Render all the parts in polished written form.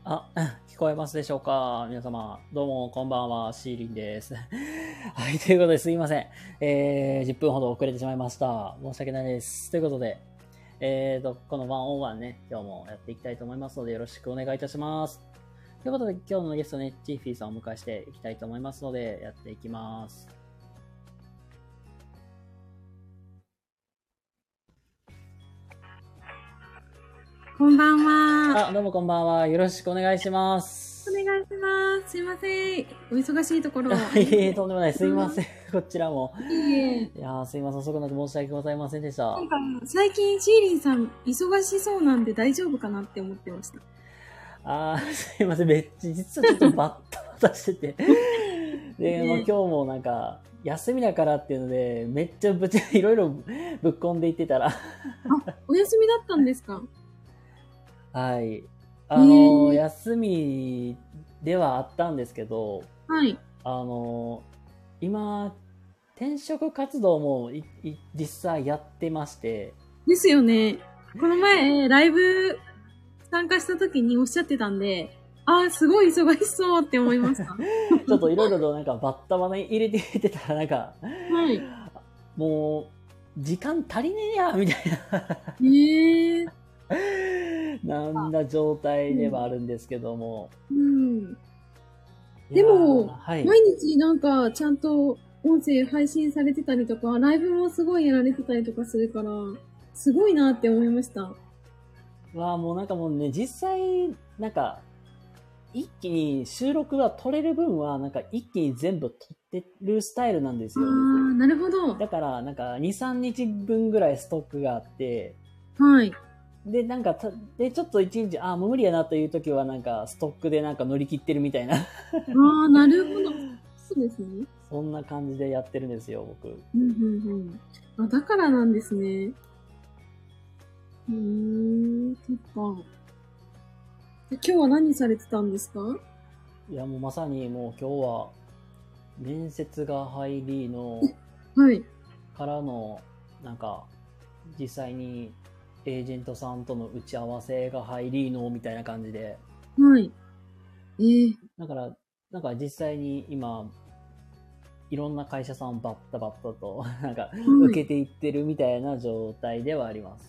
あ、聞こえますでしょうか皆様。どうも、こんばんは、シーリンです。はい、ということですいません。10分ほど遅れてしまいました。申し訳ないです。ということで、このワンオンワンね、今日もやっていきたいと思いますので、よろしくお願いいたします。ということで、今日のゲストね、チーフィーさんをお迎えしていきたいと思いますので、やっていきます。 こんばんは。 あ、どうもこんばんは。よろしくお願いします。 お願いします。すいません。お忙しいところ。 いえ、とんでもない。すいません。こちらも。 いえ。 いやすいません。遅くなって申し訳ございませんでした。 最近シーリンさん忙しそうなんで大丈夫かなって思ってました。 すいません。実はちょっとバッタバタしてて。で、今日もなんか、休みだからっていうので、めっちゃいろいろぶっこんでいってたらお休みだったんですか？ はい。休みではあったんですけど、 はい。 今、転職活動も実際やってまして。 ですよね。この前、ライブ参加した時におっしゃってたんで、すごい忙しそうって思いました。 ちょっといろいろとなんかバッタバタに入れていってたらなんか、 はい。 もう、時間足りねえやみたいな。なんだ状態ではあるんですけども。 でも、 はい、 毎日なんかちゃんと音声配信されてたりとか、ライブもすごいやられてたりとかするから、すごいなって思いました。 もうなんかもうね、実際、なんか、一気に収録が撮れる分は、なんか一気に全部撮ってるスタイルなんですよ。 なるほど。 だから、なんか2、3日分ぐらいストックがあって、 はい。 で、なんかで、ちょっと一日、もう無理やなという時は、なんか、ストックでなんか乗り切ってるみたいな。 なるほど。そうですね。 そんな感じでやってるんですよ、僕。 だからなんですね。そっか。今日は何されてたんですか？ いや、もうまさにもう今日は、面接が入りの、 はい。 からの、なんか、実際にエージェントさんとの打ち合わせが入りの、みたいな感じで。 はい。 だから、なんか実際に今、いろんな会社さんバッタバッタと、なんか、受けていってるみたいな状態ではあります。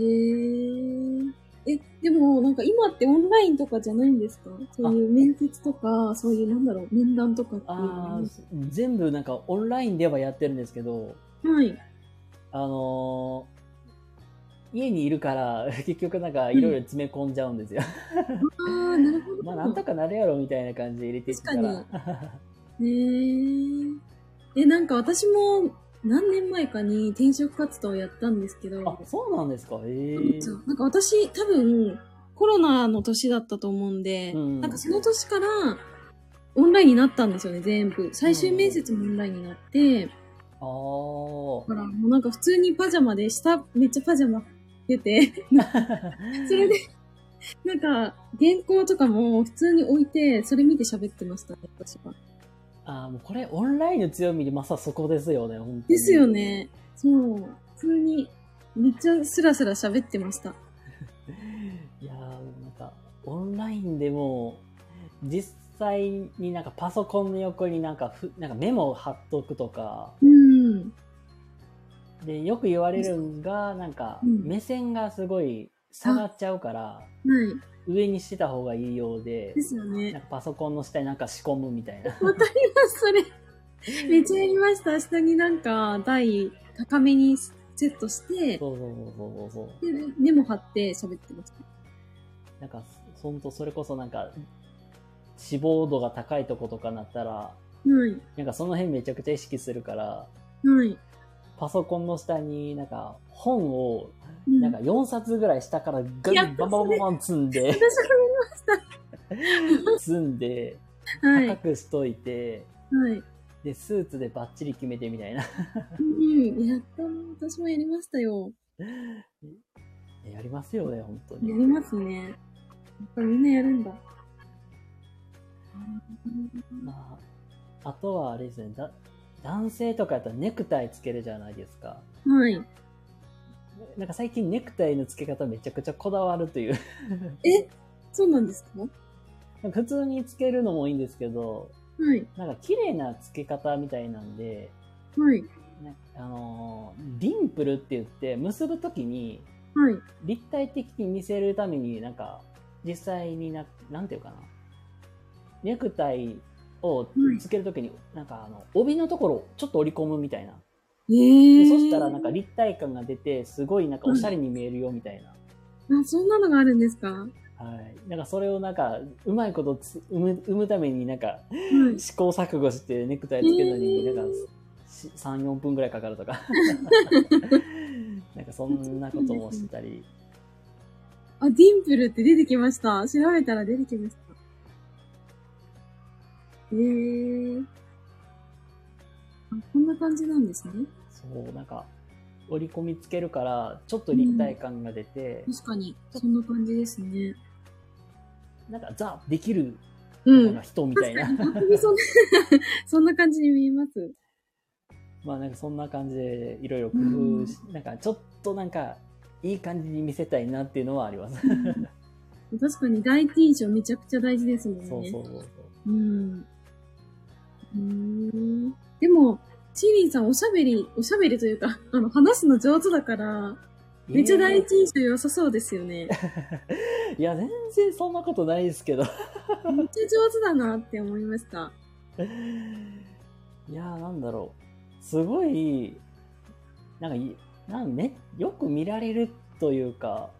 でも、なんか今ってオンラインとかじゃないんですか？そういう面接とか、そういう面談とかっていうの。 全部なんかオンラインではやってるんですけど、 はい。 家にいるから、結局なんかいろいろ詰め込んじゃうんですよ。 なるほど。 まあなんとかなるやろみたいな感じで入れていったら。 なんか私も何年前かに転職活動をやったんですけど。 そうなんですか？ なんか私多分コロナの年だったと思うんで、なんかその年からオンラインになったんですよね、全部。最終面接もオンラインになって、だからもうなんか普通にパジャマで、下めっちゃパジャマ出て、それで、なんか原稿とかも普通に置いて、それ見て喋ってましたね、私は。 もうこれオンラインの強みでまさそこですよね、本当に。 ですよね。そう。普通に、めっちゃスラスラ喋ってました。 いやー、なんか、オンラインでも、実際になんかパソコンの横になんかメモを貼っとくとか、で、よく言われるんが、なんか、目線がすごい下がっちゃうから、上にしてた方がいいようで、 ですよね。 なんかパソコンの下になんか仕込むみたいな。 わかります、それ。めっちゃやりました。下になんか台高めにセットして、で、メモ貼って喋ってました。 なんか、ほんとそれこそなんか、志望度が高いとことかなったら、なんかその辺めちゃくちゃ意識するから、パソコンの下になんか本をなんか4冊ぐらい下からガンバンバンバン積んで、積んで、高くしといて、で、スーツでバッチリ決めてみたいな。 やったー。私もやりましたよ。 やりますよね、本当に。 やりますね。やっぱみんなやるんだ。 あとはあれですね、男性とかやったらネクタイつけるじゃないですか。なんか最近ネクタイの付け方めちゃくちゃこだわるという。 そうなんですか？ なんか普通につけるのもいいんですけど、 はい。 なんか綺麗なつけ方みたいなんで、 はい。 ね、ディンプルって言って、結ぶときに、 はい。 立体的に見せるために、なんか、実際になんていうかな。ネクタイをつけるときに、なんか帯のところをちょっと折り込むみたいな。でそしたらなんか立体感が出て、すごいなんかおしゃれに見えるよみたいな。あ、そんなのがあるんですか？ はい。なんかそれをなんか、うまいこと生むためになんか、試行錯誤してネクタイつけるのに、なんか、3、4分くらいかかるとか。なんかそんなこともしてたり。 あ、ディンプルって出てきました。調べたら出てきました。あ、こんな感じなんですね。 そう、なんか、折り込みつけるから、ちょっと立体感が出て。 確かに、そんな感じですね。 なんか、できる、 なんか人みたいな。 そんな感じに見えます。 まあなんかそんな感じでいろいろ工夫し、なんかちょっとなんかいい感じに見せたいなっていうのはあります。 確かに第一印象めちゃくちゃ大事ですもんね。 そうそうそうそう。 でも、シーリンさんおしゃべりというか、話すの上手だから、めっちゃ第一印象良さそうですよね。 いや、全然そんなことないですけど。 めっちゃ上手だなって思いました。 いやなんだろう。すごい、なんかね、よく見られるというか、 はい。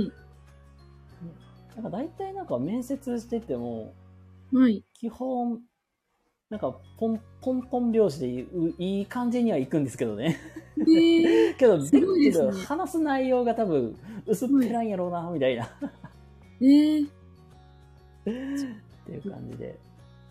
なんか大体なんか面接してても、 はい。 基本、なんかポンポン拍子でいい感じにはいくんですけどね。けど、話す内容が多分薄っぺらんやろうな、みたいな。っていう感じで。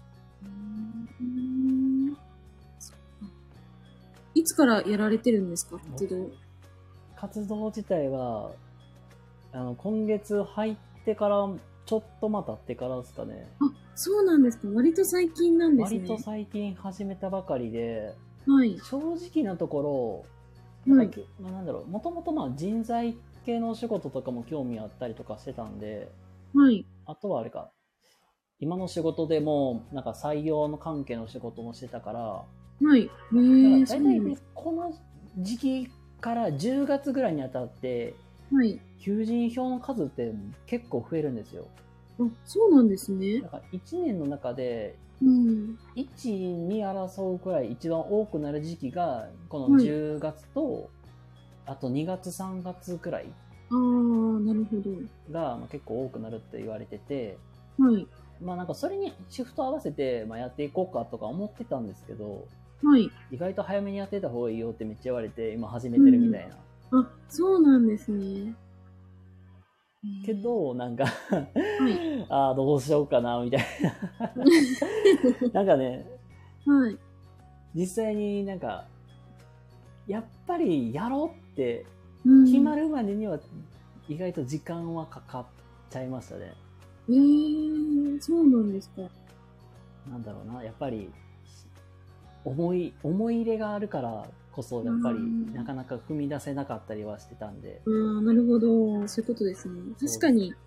いつからやられてるんですか、 活動自体は、今月入ってから、ちょっと経ってからですかね。 あ、そうなんですか。割と最近なんですね。 割と最近始めたばかりで、 はい。 正直なところ、なんか、なんだろう、もともと人材系のお仕事とかも興味あったりとかしてたんで、 はい。 あとはあれか、今の仕事でも、なんか採用の関係の仕事もしてたから、 はい。 だいたいこの時期から10月ぐらいにあたって、 はい。 求人票の数って結構増えるんですよ。 あ、そうなんですね。 だから1年の中で、 1、 2争うくらい一番多くなる時期が、この10月と、あと2月3月くらい。 ああ、なるほど。 が結構多くなるって言われてて、 はい。 なんかそれにシフト合わせて、やっていこうかとか思ってたんですけど、 はい。 意外と早めにやってた方がいいよってめっちゃ言われて、今始めてるみたいな。 あ、そうなんですね。 けど、なんかああ、どうしようかな、みたいな。なんかね、 はい。 実際になんか、やっぱりやろうって決まるまでには意外と時間はかかっちゃいましたね。 そうなんですか。 なんだろうな、やっぱり、思い入れがあるからこそ、やっぱりなかなか踏み出せなかったりはしてたんで。 なるほど。そういうことですね。確かに。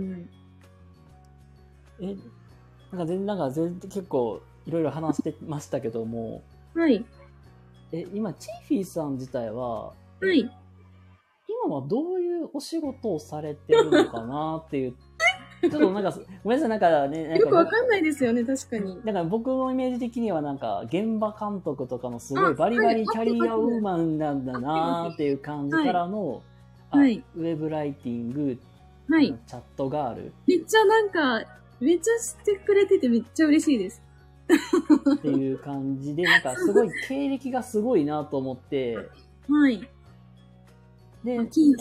なんか結構いろいろ話してましたけども。 はい。 今、チーフィーさん自体は、 はい。 今はどういうお仕事をされてるのかなっていう、ちょっとなんか、ごめんなさい、なんかね、 よくわかんないですよね、確かに。 だから僕のイメージ的にはなんか、現場監督とかのすごいバリバリキャリアウーマンなんだなーっていう感じからの、ウェブライティング、チャットガール。 めっちゃなんか、めっちゃ知ってくれててめっちゃ嬉しいです。 っていう感じで、なんかすごい経歴がすごいなと思って、 はい。 で、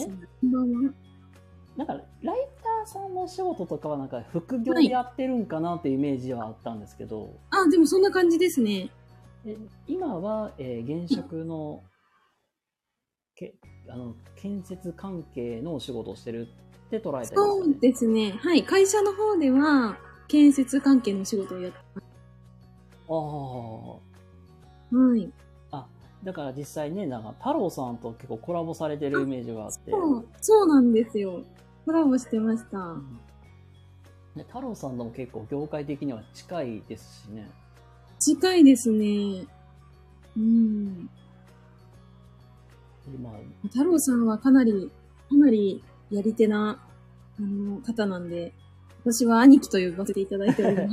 なんか、ライターさんのお仕事とかはなんか副業でやってるんかなっていうイメージはあったんですけど。 でもそんな感じですね。 今は、現職の、建設関係のお仕事をしてるって捉えたんですかね。 そうですね。はい。会社の方では、建設関係のお仕事をやってます。はい。 だから実際ね、なんか太郎さんと結構コラボされてるイメージがあって。 そうなんですよ。コラボしてました。 ね、太郎さんのも結構業界的には近いですしね。 近いですね。うん。太郎さんはかなりやり手な、方なんで、私は兄貴と呼ばせていただいております。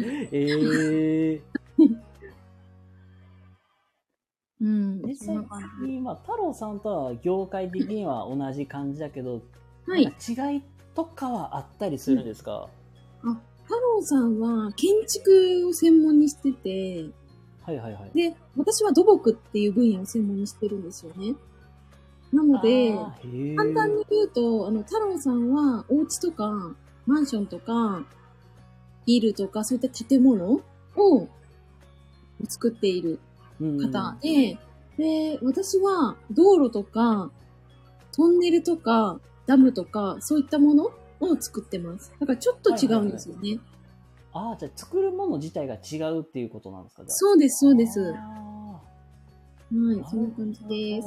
うん。 実際に、太郎さんとは業界的には同じ感じだけど、 はい。 違いとかはあったりするんですか？ 太郎さんは建築を専門にしてて、 はいはいはい。 で、私は土木っていう分野を専門にしてるんですよね。なので、簡単に言うと、太郎さんはお家とか、マンションとか、ビルとか、そういった建物を作っている方で、で、私は道路とか、トンネルとか、ダムとか、そういったものを作ってます。だからちょっと違うんですよね。 ああ、じゃあ作るもの自体が違うっていうことなんですか？ そうです、そうです。はい、そんな感じです。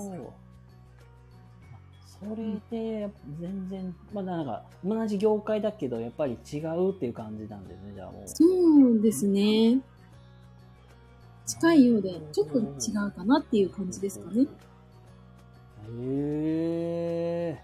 それで、全然、なんか、同じ業界だけど、やっぱり違うっていう感じなんですね、じゃあもう。 そうですね。近いようで、ちょっと違うかなっていう感じですかね。 へ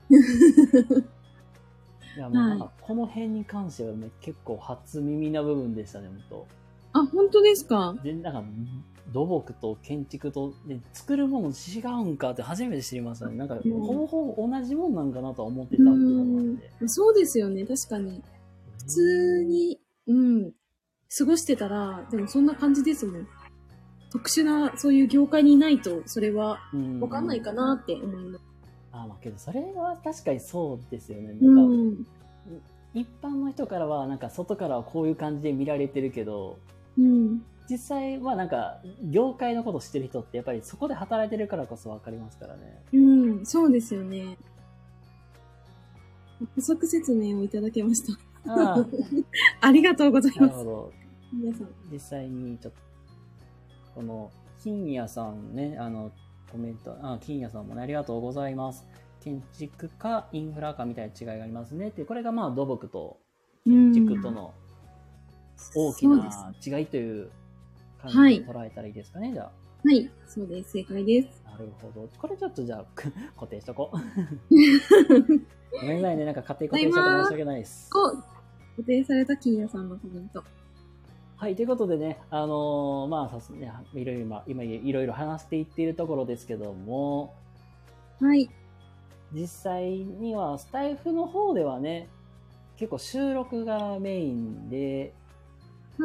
いや、もうなんか、この辺に関しては結構初耳な部分でしたね、本当。 あ、本当ですか？ で、なんか、土木と建築と、で、作るもの違うんかって初めて知りましたね。なんか、ほぼほぼ同じもんなんかなとは思ってたっていうのもあって。 そうですよね、確かに。普通に、過ごしてたら、でもそんな感じですもん。特殊な、そういう業界にいないと、それは、わかんないかなって思います。 けど、それは確かにそうですよね。なんか、一般の人からは、なんか、外からはこういう感じで見られてるけど、実際はなんか、業界のこと知ってる人って、やっぱりそこで働いてるからこそわかりますからね。 そうですよね。補足説明をいただけました。ありがとうございます。なるほど。 皆さん。実際に、ちょっと、この、金谷さんね、コメント、金谷さんもね、ありがとうございます。建築かインフラかみたいな違いがありますねって、これが土木と建築との大きな違いという感じで捉えたらいいですかね、じゃあ。 はい、そうです。正解です。 なるほど。これちょっとじゃあ、固定しとこう。ごめんなさいね、なんか勝手に固定しちゃって申し訳ないです。 固定された金谷さんのコメント。 はい、ということでね、いろいろ、今いろいろ話していっているところですけども、 はい。 実際にはスタイフの方ではね、結構収録がメインで、 はい。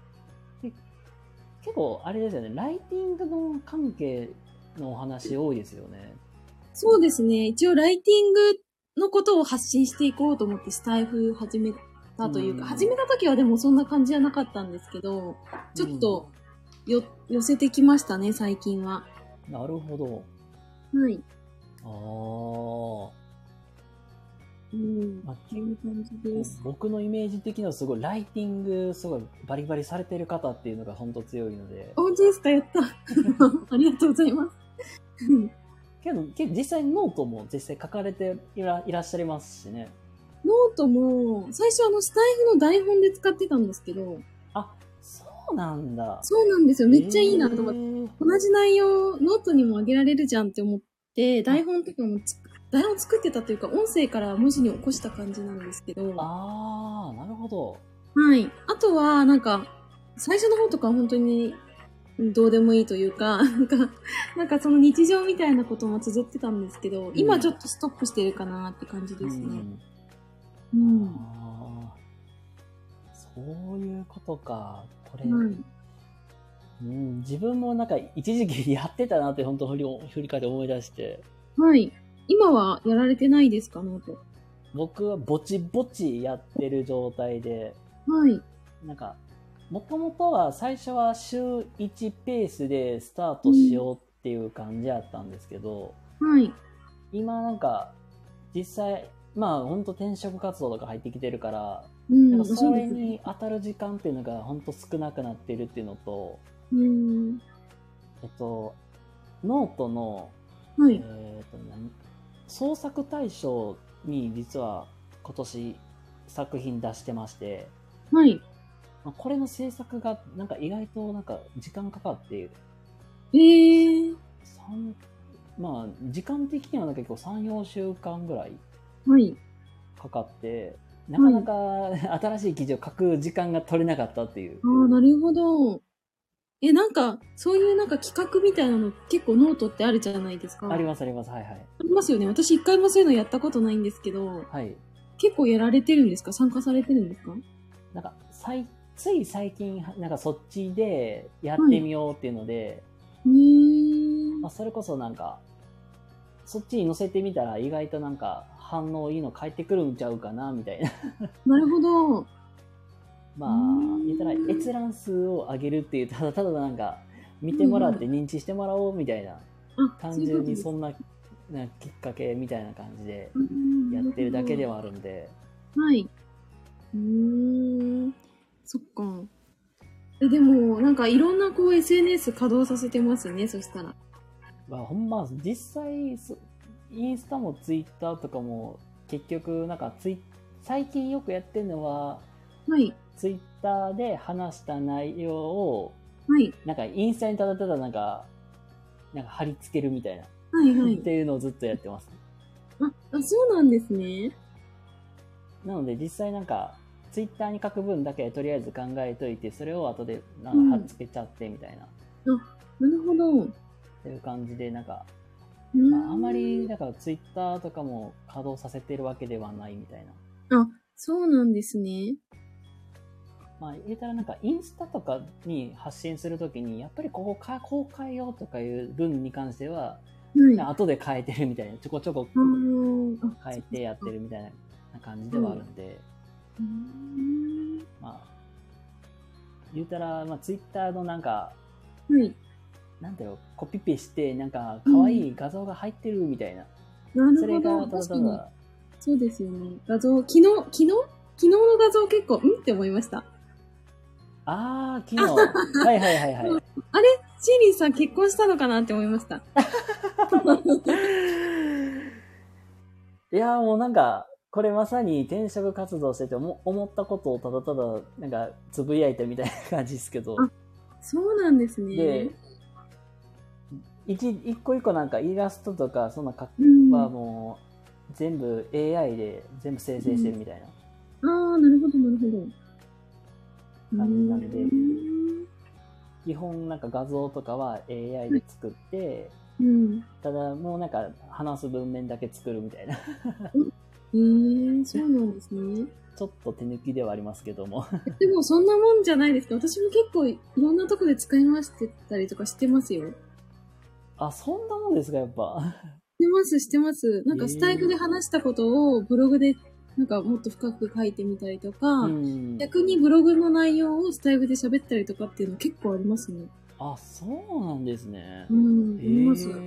結構あれですよね、ライティングの関係のお話多いですよね。 そうですね。一応ライティングのことを発信していこうと思ってスタイフ始めたというか、始めた時はでもそんな感じじゃなかったんですけど、ちょっと寄せてきましたね、最近は。 なるほど。 はい。 こういう感じです。僕のイメージ的にはすごいライティングすごいバリバリされてる方っていうのが本当強いので。 本当ですか？やった。ありがとうございます。 けど実際ノートも実際書かれていらっしゃいますしね。 ノートも最初スタイフの台本で使ってたんですけど。 あ、そうなんだ。 そうなんですよ。めっちゃいいなと思って。同じ内容ノートにも上げられるじゃんって思って、台本とかも台本作ってたというか、音声から文字に起こした感じなんですけど。 ああ、なるほど。 はい。あとは、最初の方とかは本当に、どうでもいいというか、なんかその日常みたいなことも綴ってたんですけど、今ちょっとストップしてるかなって感じですね。 そういうことか。これ、自分もなんか一時期やってたなって本当振り返って思い出して。 はい。今はやられてないですか、ノート。 僕はぼちぼちやってる状態で。 はい。 なんか、もともとは最初は週1ペースでスタートしようっていう感じやったんですけど、 はい。 今なんか、実際、ほんと転職活動とか入ってきてるから、なんかそれに当たる時間っていうのがほんと少なくなってるっていうのと、ノートの、創作大賞に実は今年作品出してまして、 はい。 これの制作がなんか意外となんか時間かかって、まあ時間的にはなんか結構3、4週間ぐらいかかって、なかなか新しい記事を書く時間が取れなかったっていう。 ああ、なるほど。なんか、そういうなんか企画みたいなの結構ノートってあるじゃないですか。 ありますあります。はいはい。 ありますよね。私一回もそういうのやったことないんですけど、 はい。 結構やられてるんですか？参加されてるんですか？ なんか、つい最近、なんかそっちでやってみようっていうので、まあ、それこそなんか、そっちに載せてみたら意外となんか反応いいの返ってくるんちゃうかなみたいな。 なるほど。 まあ、言ったら閲覧数を上げるっていう、ただただなんか、見てもらって認知してもらおうみたいな、単純にそんなきっかけみたいな感じでやってるだけではあるんで。 はい。そっか。でも、なんかいろんなこう SNS 稼働させてますね、そしたら。 まあ、ほんま、実際、インスタもツイッターとかも、結局、なんか最近よくやってるのは、 はい。 ツイッターで話した内容を、 はい。 なんかインスタにただただなんか貼り付けるみたいな。 はいはい。 っていうのをずっとやってます。 そうなんですね。 なので実際なんか、ツイッターに書く分だけとりあえず考えといて、それを後でなんか貼っつけちゃってみたいな。 なるほど。 っていう感じで、なんか、まあ、あまり、だからツイッターとかも稼働させてるわけではないみたいな。そうなんですね。 まあ、言えたらなんかインスタとかに発信するときに、やっぱりこう変えようとかいう分に関しては、後で変えてるみたいな、ちょこちょこ変えてやってるみたいな感じではあるんで、まあ、言うたら、まあ、ツイッターのなんか、なんだろう、コピペして、なんか、可愛い画像が入ってるみたいな。それが、ただただ。 そうですよね。昨日の画像結構、って思いました。 昨日。はいはいはいはい。 あれシーリーさん結婚したのかなって思いました。 いやもうなんか、これまさに転職活動してて思ったことをただただ、なんか、つぶやいたみたいな感じですけど。 そうなんですね。 で、一個一個なんかイラストとか、そんなはもう、全部 AI で全部生成してるみたいな。 なるほどなるほど。 感じなんで、基本なんか画像とかは AI で作って、ただもうなんか話す文面だけ作るみたいな。 そうなんですね。 ちょっと手抜きではありますけども。 でもそんなもんじゃないですか。私も結構いろんなとこで使い回してたりとかしてますよ。 そんなもんですか、やっぱ。 してます。なんかスタイフで話したことをブログでなんかもっと深く書いてみたりとか、逆にブログの内容をスタイフで喋ったりとかっていうの結構ありますね。 そうなんですね。 あります。はい。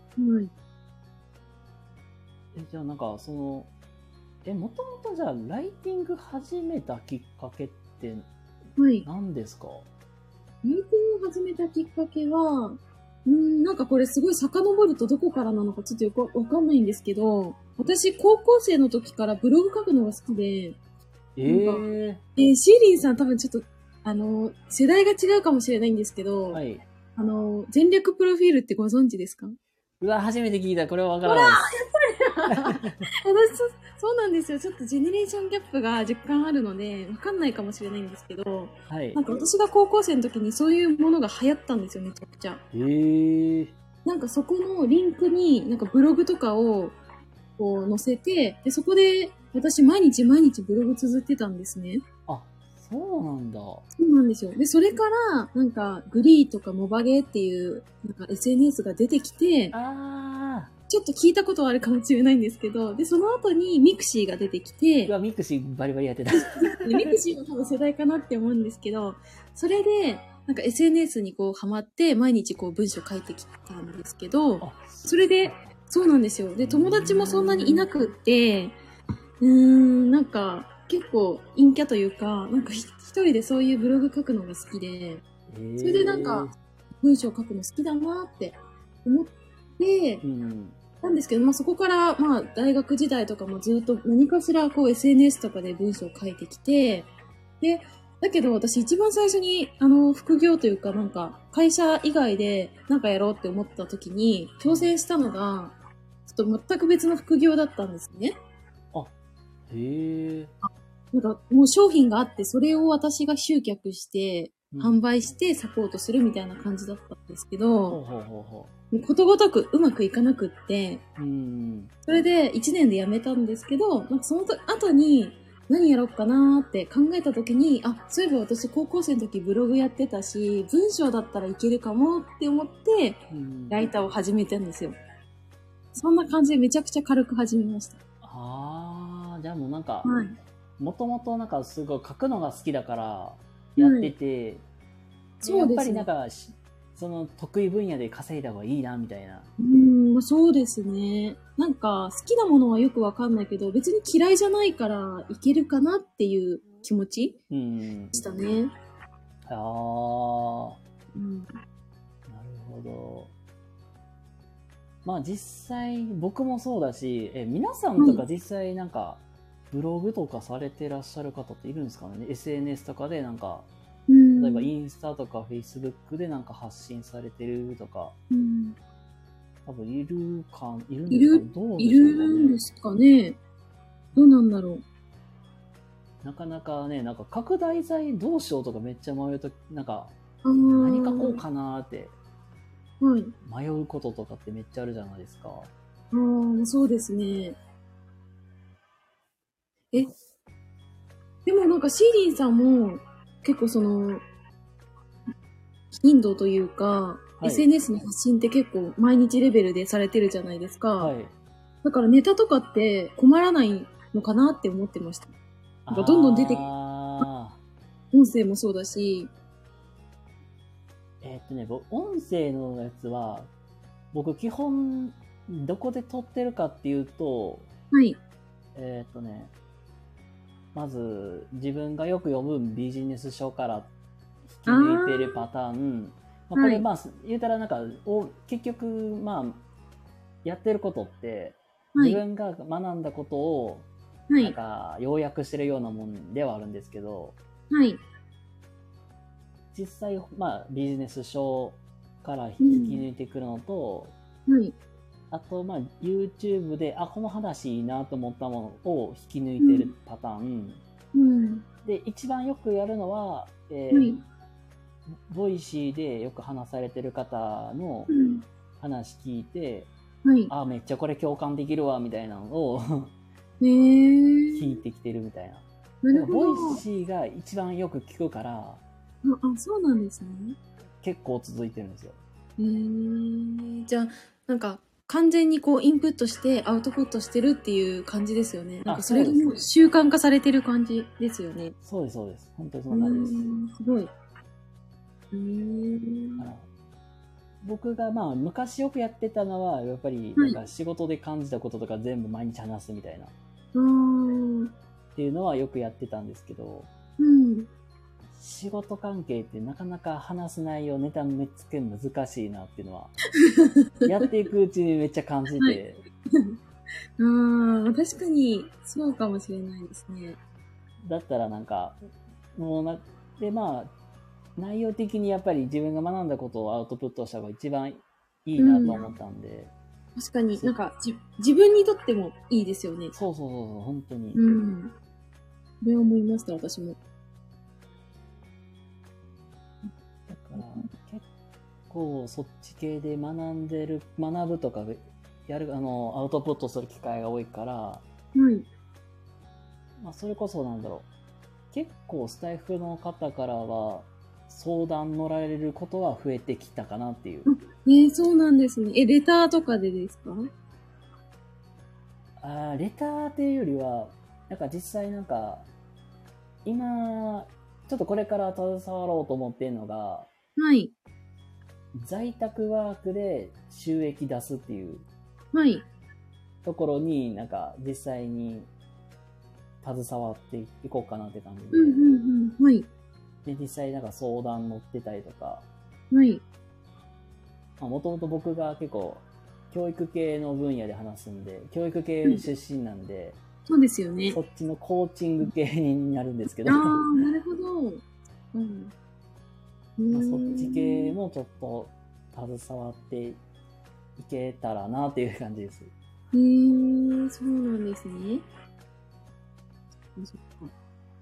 じゃあなんかもともとじゃあライティング始めたきっかけって何ですか？ ライティング始めたきっかけは、なんかこれすごい遡るとどこからなのかちょっとよくわかんないんですけど、私高校生の時からブログ書くのが好きで、シーリンさん多分ちょっと、世代が違うかもしれないんですけど、全略プロフィールってご存知ですか？ うわ、初めて聞いた。これはわからないです。 そうなんですよ。ちょっとジェネレーションギャップが若干あるので、わかんないかもしれないんですけど、なんか私が高校生の時にそういうものが流行ったんですよ、めちゃくちゃ。なんかそこのリンクに、なんかブログとかをこう載せて、で、そこで私毎日ブログ綴ってたんですね。 そうなんだ。 そうなんですよ。で、それから、なんか、グリーとかモバゲーっていう、なんか SNS が出てきて、ちょっと聞いたことはあるかもしれないんですけど、で、その後にミクシーが出てきて、 ミクシーバリバリやってた。 ミクシーも多分世代かなって思うんですけど、それで、なんか SNS にこうハマって、毎日こう文章書いてきたんですけど、それで、そうなんですよ。で、友達もそんなにいなくって、なんか、結構陰キャというか、なんか一人でそういうブログ書くのが好きで、それでなんか文章書くの好きだなって思って、 なんですけど、まあそこから、まあ大学時代とかもずっと何かしらこう SNS とかで文章を書いてきて、で、だけど私一番最初に副業というかなんか会社以外でなんかやろうって思った時に挑戦したのが、ちょっと全く別の副業だったんですね。 あ、へえ。 なんかもう商品があってそれを私が集客して、販売してサポートするみたいな感じだったんですけど、ことごとくうまくいかなくって、それで1年で辞めたんですけど、なんかその後に何やろうかなーって考えた時に、あ、そういえば私高校生の時ブログやってたし、文章だったらいけるかもって思って、ライターを始めたんですよ。そんな感じでめちゃくちゃ軽く始めました。 あー、じゃあもうなんか、 はい、 もともとなんかすごい書くのが好きだからやってて、やっぱりなんかその得意分野で稼いだ方がいいなみたいな。 まあ、そうですね。なんか好きなものはよくわかんないけど、別に嫌いじゃないからいけるかなっていう気持ちでしたね。 ああ、なるほど。まあ実際僕もそうだし、皆さんとか実際なんかブログとかされてらっしゃる方っているんですかね。 SNS とかでなんか例えばインスタとかフェイスブックでなんか発信されてるとか、多分いるんですかね。どうでしょうかね。 いるんですかね。どうなんだろう。なかなかね、なんか拡大剤どうしようとかめっちゃ迷うと、なんか何書こうかなーって迷うこととかってめっちゃあるじゃないですか。 そうですね。でもなんかシーリンさんも結構その頻度というか、SNS の発信って結構毎日レベルでされてるじゃないですか。だからネタとかって困らないのかなって思ってました。なんかどんどん出てくる。音声もそうだし。 音声のやつは、僕基本どこで撮ってるかっていうと、まず自分がよく読むビジネス書から引き抜いてるパターン。これまあ言うたらなんか結局まあやってることって自分が学んだことをなんか要約してるようなもんではあるんですけど、実際まあビジネス書から引き抜いてくるのと、あとまあ YouTube でこの話いいなと思ったものを引き抜いてるパターン、で一番よくやるのは、ボイシーでよく話されてる方の話聞いて、めっちゃこれ共感できるわみたいなのを聞いてきてるみたいな。ボイシーが一番よく聞くから、 そうなんですね。 結構続いてるんですよ。 じゃあなんか完全にこうインプットしてアウトプットしてるっていう感じですよね。なんかそれがもう習慣化されてる感じですよね。 そうです、そうです。本当にそんな感じです。 すごい。 僕がまあ昔よくやってたのはやっぱりなんか仕事で感じたこととか全部毎日話すみたいなっていうのはよくやってたんですけど、仕事関係ってなかなか話す内容ネタ見つけ難しいなっていうのはやっていくうちにめっちゃ感じて、 確かにそうかもしれないですね。 だったらなんかもうでまあ内容的にやっぱり自分が学んだことをアウトプットした方が一番いいなと思ったんで、 確かになんか自分にとってもいいですよね。 そう本当に。 それは思いました私も。 だから結構そっち系で学ぶとかやるアウトプットする機会が多いから、まあそれこそなんだろう、結構スタイフの方からは相談乗られることは増えてきたかなっていう。 そうなんですね。レターとかでですか？ レターっていうよりはなんか実際なんか今ちょっとこれから携わろうと思ってるのが、在宅ワークで収益出すっていうところになんか実際に携わっていこうかなって感じで、で実際なんか相談乗ってたりとか、もともと僕が結構教育系の分野で話すんで、教育系出身なんで、 そうですよね。 そっちのコーチング系になるんですけど。 ああ、なるほど。うん。 まあ、そっち系もちょっと携わっていけたらなっていう感じです。 そうなんですね。そっか。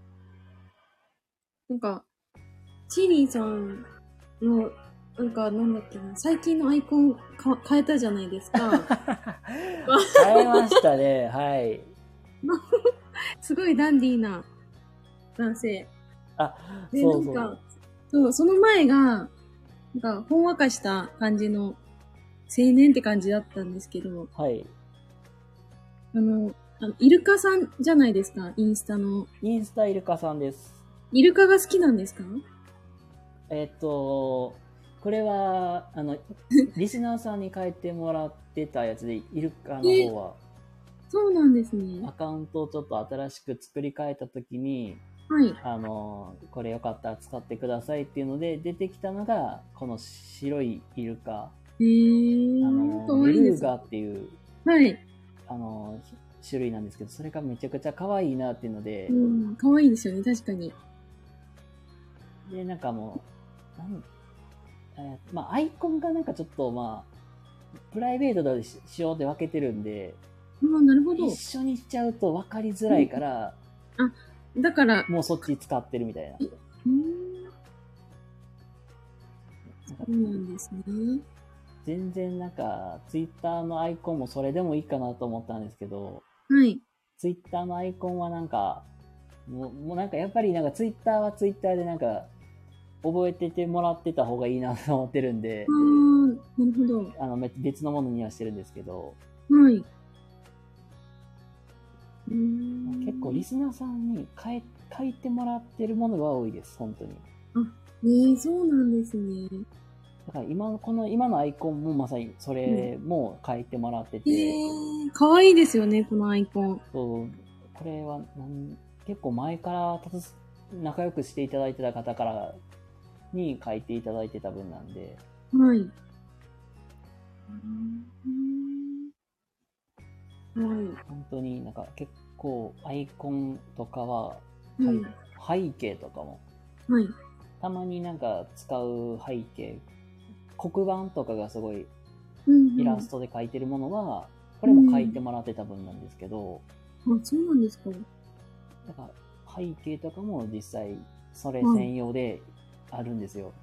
なんか、チーリーさんの、なんか、なんだっけな、最近のアイコン変えたじゃないですか。 変えましたね、はい。 すごいダンディーな男性。 あ、 で、 そうそう。 なんか、そう、その前が、なんか、ほんわかした感じの青年って感じだったんですけど、 はい。 イルカさんじゃないですか、インスタの。 インスタイルカさんです。 イルカが好きなんですか？ これは、リスナーさんに書いてもらってたやつで、イルカの方は、 そうなんですね。 アカウントをちょっと新しく作り変えたときに、 はい。 これよかったら使ってくださいっていうので出てきたのが、この白いイルカ。ベルーガっていう、 はい。 種類なんですけど、それがめちゃくちゃ可愛いなっていうので、 うん、可愛いですよね、確かに。 で、なんかもう、まあ、アイコンがなんかちょっと、まあ、プライベートでしようって分けてるんで、 なるほど。 一緒にしちゃうと分かりづらいから、 だから、 もうそっち使ってるみたいな。 そうなんですね。 全然なんか、ツイッターのアイコンもそれでもいいかなと思ったんですけど、 はい。 ツイッターのアイコンはなんか、もうなんかやっぱりなんかツイッターはツイッターでなんか、覚えててもらってた方がいいなと思ってるんで、 なるほど。 別のものにはしてるんですけど、 はい。 結構リスナーさんに書いてもらってるものが多いです、本当に。 そうなんですね。 だから今のアイコンもまさにそれも書いてもらってて。 可愛いですよね、このアイコン。 そう、これは結構前から仲良くしていただいてた方からに書いていただいてた分なんで。 はい。 本当になんか結構アイコンとかは、背景とかも、 はい。 たまになんか使う背景、黒板とかがすごいイラストで描いてるものは、これも書いてもらってた分なんですけど、 そうなんですか。 だから背景とかも実際それ専用であるんですよ。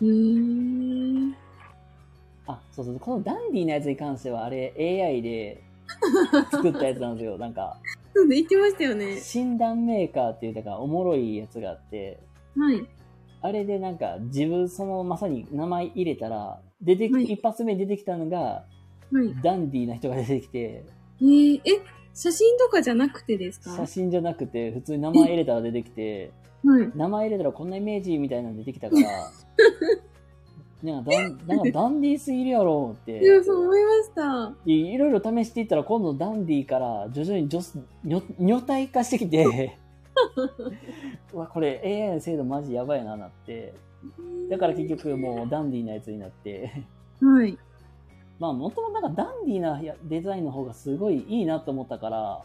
そうそう、このダンディーなやつに関してはあれ AI で作ったやつなんですよ。なんか。 そうで言ってましたよね。 診断メーカーっていう、だからおもろいやつがあって、 はい。 あれでなんか自分まさに名前入れたら、一発目に出てきたのが、ダンディーな人が出てきて、 写真とかじゃなくてですか？ 写真じゃなくて、普通に名前入れたら出てきて、名前入れたらこんなイメージみたいなの出てきたから、なんかダンディーすぎるやろって。 いや、そう思いました。 いろいろ試していったら今度ダンディーから徐々に女体化してきて、うわ、これ AI の精度マジやばいなって。だから結局もうダンディーなやつになって。 はい。 まあもともとなんかダンディーなデザインの方がすごいいいなと思ったから、 はい。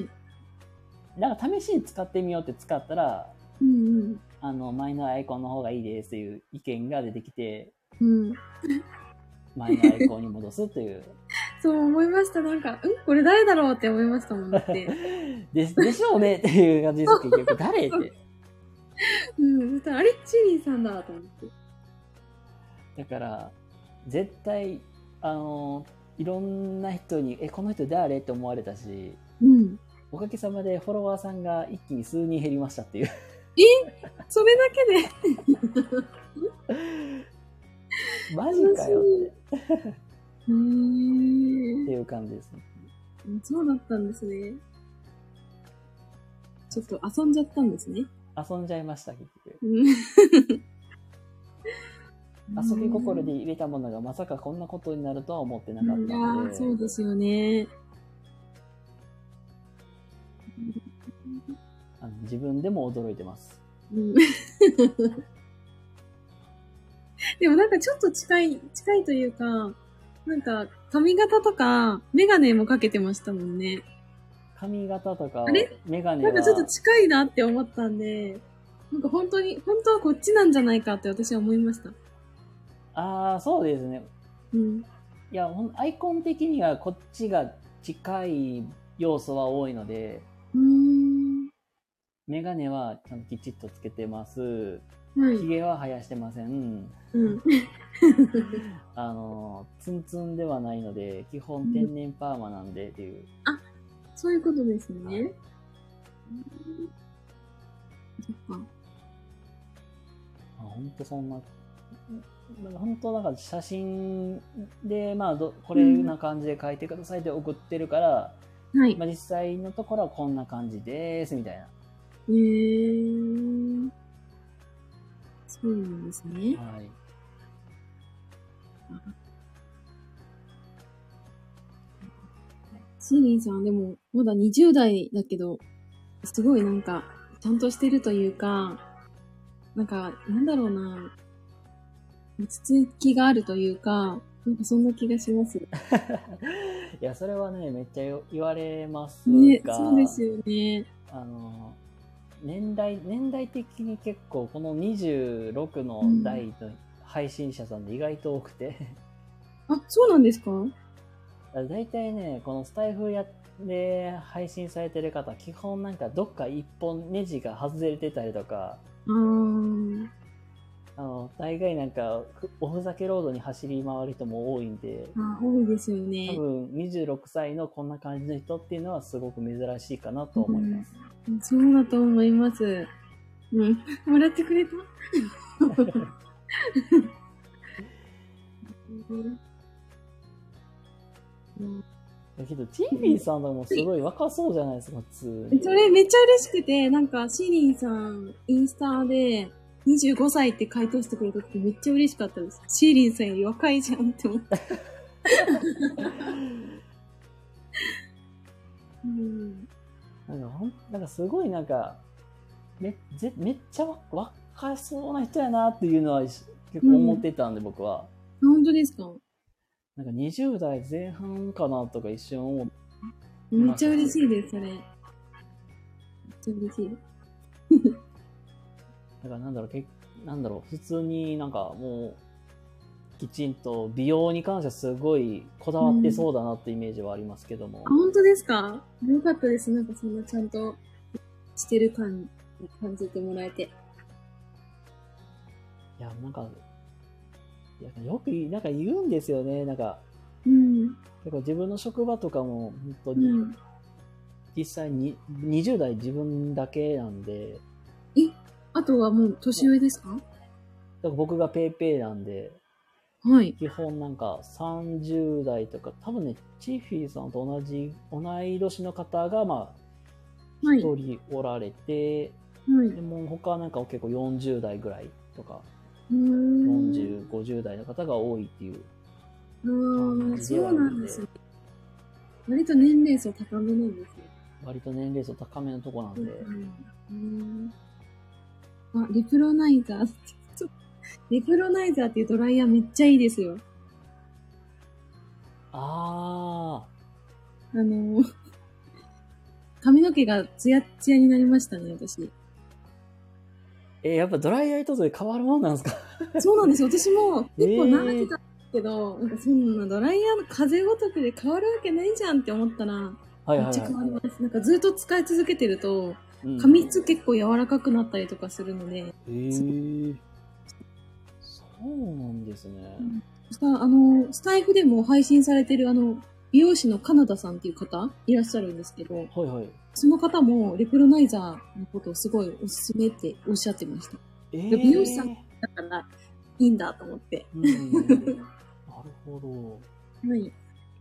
なんか試しに使ってみようって使ったら、前のアイコンの方がいいですという意見が出てきて、前のアイコンに戻すという。 そう思いました。なんか、これ誰だろうって思いましたもん、だって。 でしょうねっていう感じです結局。誰って。 そしたら、あれチーリーさんだと思って。 だから、絶対、いろんな人に、この人誰って思われたし、おかげさまでフォロワーさんが一気に数人減りましたっていう。 それだけでマジかよって。っていう感じですね。 そうだったんですね。ちょっと遊んじゃったんですね。 遊んじゃいました、結局。遊び心で入れたものがまさかこんなことになるとは思ってなかったので。 そうですよね。 自分でも驚いてます。 でもなんかちょっと近いというか、 なんか、髪型とか、メガネもかけてましたもんね。 髪型とか、 メガネは。なんかちょっと近いなって思ったんで、なんか本当はこっちなんじゃないかって私は思いました。 ああ、そうですね。 うん。 いや、アイコン的にはこっちが近い要素は多いので、メガネはちゃんときちっとつけてます。ひげは生やしてません。うん。ツンツンではないので、基本天然パーマなんでっていう。 あ、そういうことですね。はい、そっか。 ほんとそんな、本当なんか写真で、まあこれな感じで書いてくださいって送ってるから、はい。まあ実際のところはこんな感じです、みたいな。 そうなんですね。はい。シーリンさん、でも、まだ20代だけど、すごいなんか、ちゃんとしてるというか、なんか、なんだろうな、落ち着きがあるというか、なんかそんな気がします。いや、それはね、めっちゃ言われますが。ね、そうですよね。 年代的に結構この26の代の配信者さんで意外と多くて、 あ、そうなんですか？ だいたいね、このスタイフで配信されてる方、基本なんかどっか一本ネジが外れてたりとか、大概なんかおふざけロードに走り回る人も多いんで、 多いですよね。 多分26歳のこんな感じの人っていうのはすごく珍しいかなと思います。 そうだと思います。うん。笑ってくれただけど、チービーさんもすごい若そうじゃないですか、普通に。 それめっちゃ嬉しくて、なんか、シーリンさん、インスタで、25歳って回答してくれた時めっちゃ嬉しかったです。シーリンさんより若いじゃんって思った。 なんかすごいなんか、めっちゃ若そうな人やなっていうのは結構思ってたんで、僕は。 本当ですか？ なんか20代前半かなとか一瞬思って。 めっちゃ嬉しいです、それ。めっちゃ嬉しい。 だからなんだろう、普通になんかもう、きちんと美容に関してはすごいこだわってそうだなってイメージはありますけども。 本当ですか？よかったです。なんかそんなちゃんとしてる感じてもらえて。 いや、なんか、よくなんか言うんですよね。なんか、結構自分の職場とかも本当に、実際に20代自分だけなんで。 あとはもう年上ですか？だから僕がペイペイなんで、 はい。 基本なんか30代とか、多分ね、チーフィーさんと同い年の方が、まあ、一人おられて、はい、でも他なんか結構40代ぐらいとか、40、50代の方が多いっていう感じではあるんで。そうなんですね。 割と年齢層高めなんですね。 割と年齢層高めのとこなんで。 あ、リプロナイザーリプロナイザーっていうドライヤーめっちゃいいですよ。髪の毛がツヤッツヤになりましたね、私。 やっぱドライヤー一つで変わるもんなんですか？ そうなんですよ。私も結構慣れてたんですけど、なんかそんなドライヤーの風ごとくで変わるわけないじゃんって思ったら、めっちゃ変わります。なんかずっと使い続けてると、髪質結構柔らかくなったりとかするので。 そうなんですね。 スタイフでも配信されてる美容師のカナダさんっていう方いらっしゃるんですけど、はいはい。その方もレプロナイザーのことをすごいおすすめっておっしゃってました。美容師さんだからいいんだと思って。なるほど。 はい。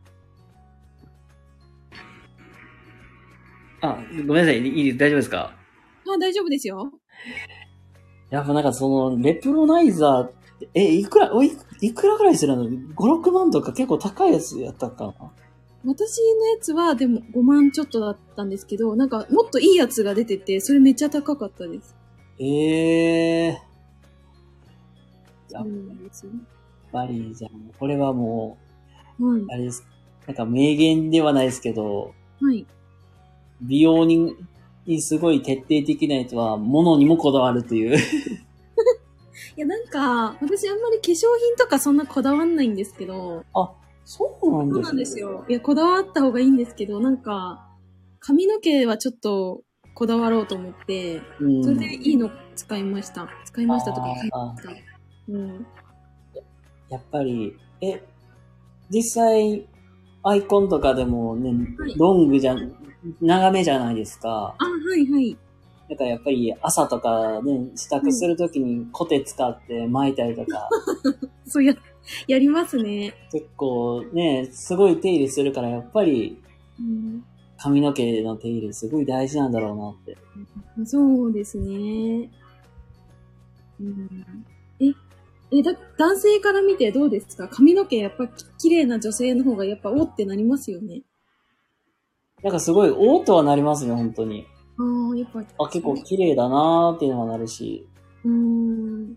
ごめんなさい。大丈夫ですか？ 大丈夫ですよ。 やっぱなんかその、レプロナイザーって、いくらぐらいするの ?5、6万とか結構高いやつやったかな？ 私のやつはでも5万ちょっとだったんですけど、なんかもっといいやつが出てて、それめっちゃ高かったです。やっぱりじゃあ、これはもあれです。なんか名言ではないですけど、 はい。 美容にすごい徹底的なやつは、物にもこだわるという。 いや、なんか、私あんまり化粧品とかそんなこだわんないんですけど。 あ、そうなんですね。 そうなんですよ。いや、こだわった方がいいんですけど、なんか、髪の毛はちょっとこだわろうと思って、それでいいの使いました。使いましたとか、買いました。うん。 やっぱり、実際、アイコンとかでもね、はい、ロング長めじゃないですか。 あ、はいはい。 だからやっぱり朝とかね、支度するときにコテ使って巻いたりとか。 そうやりますね。 結構ね、すごい手入れするからやっぱり、髪の毛の手入れすごい大事なんだろうなって。 そうですね。うん、男性から見てどうですか？髪の毛やっぱ綺麗な女性の方がやっぱおってなりますよね。 なんかすごいおーとはなりますね、本当に。 やっぱ。 結構綺麗だなーっていうのはなるし。なん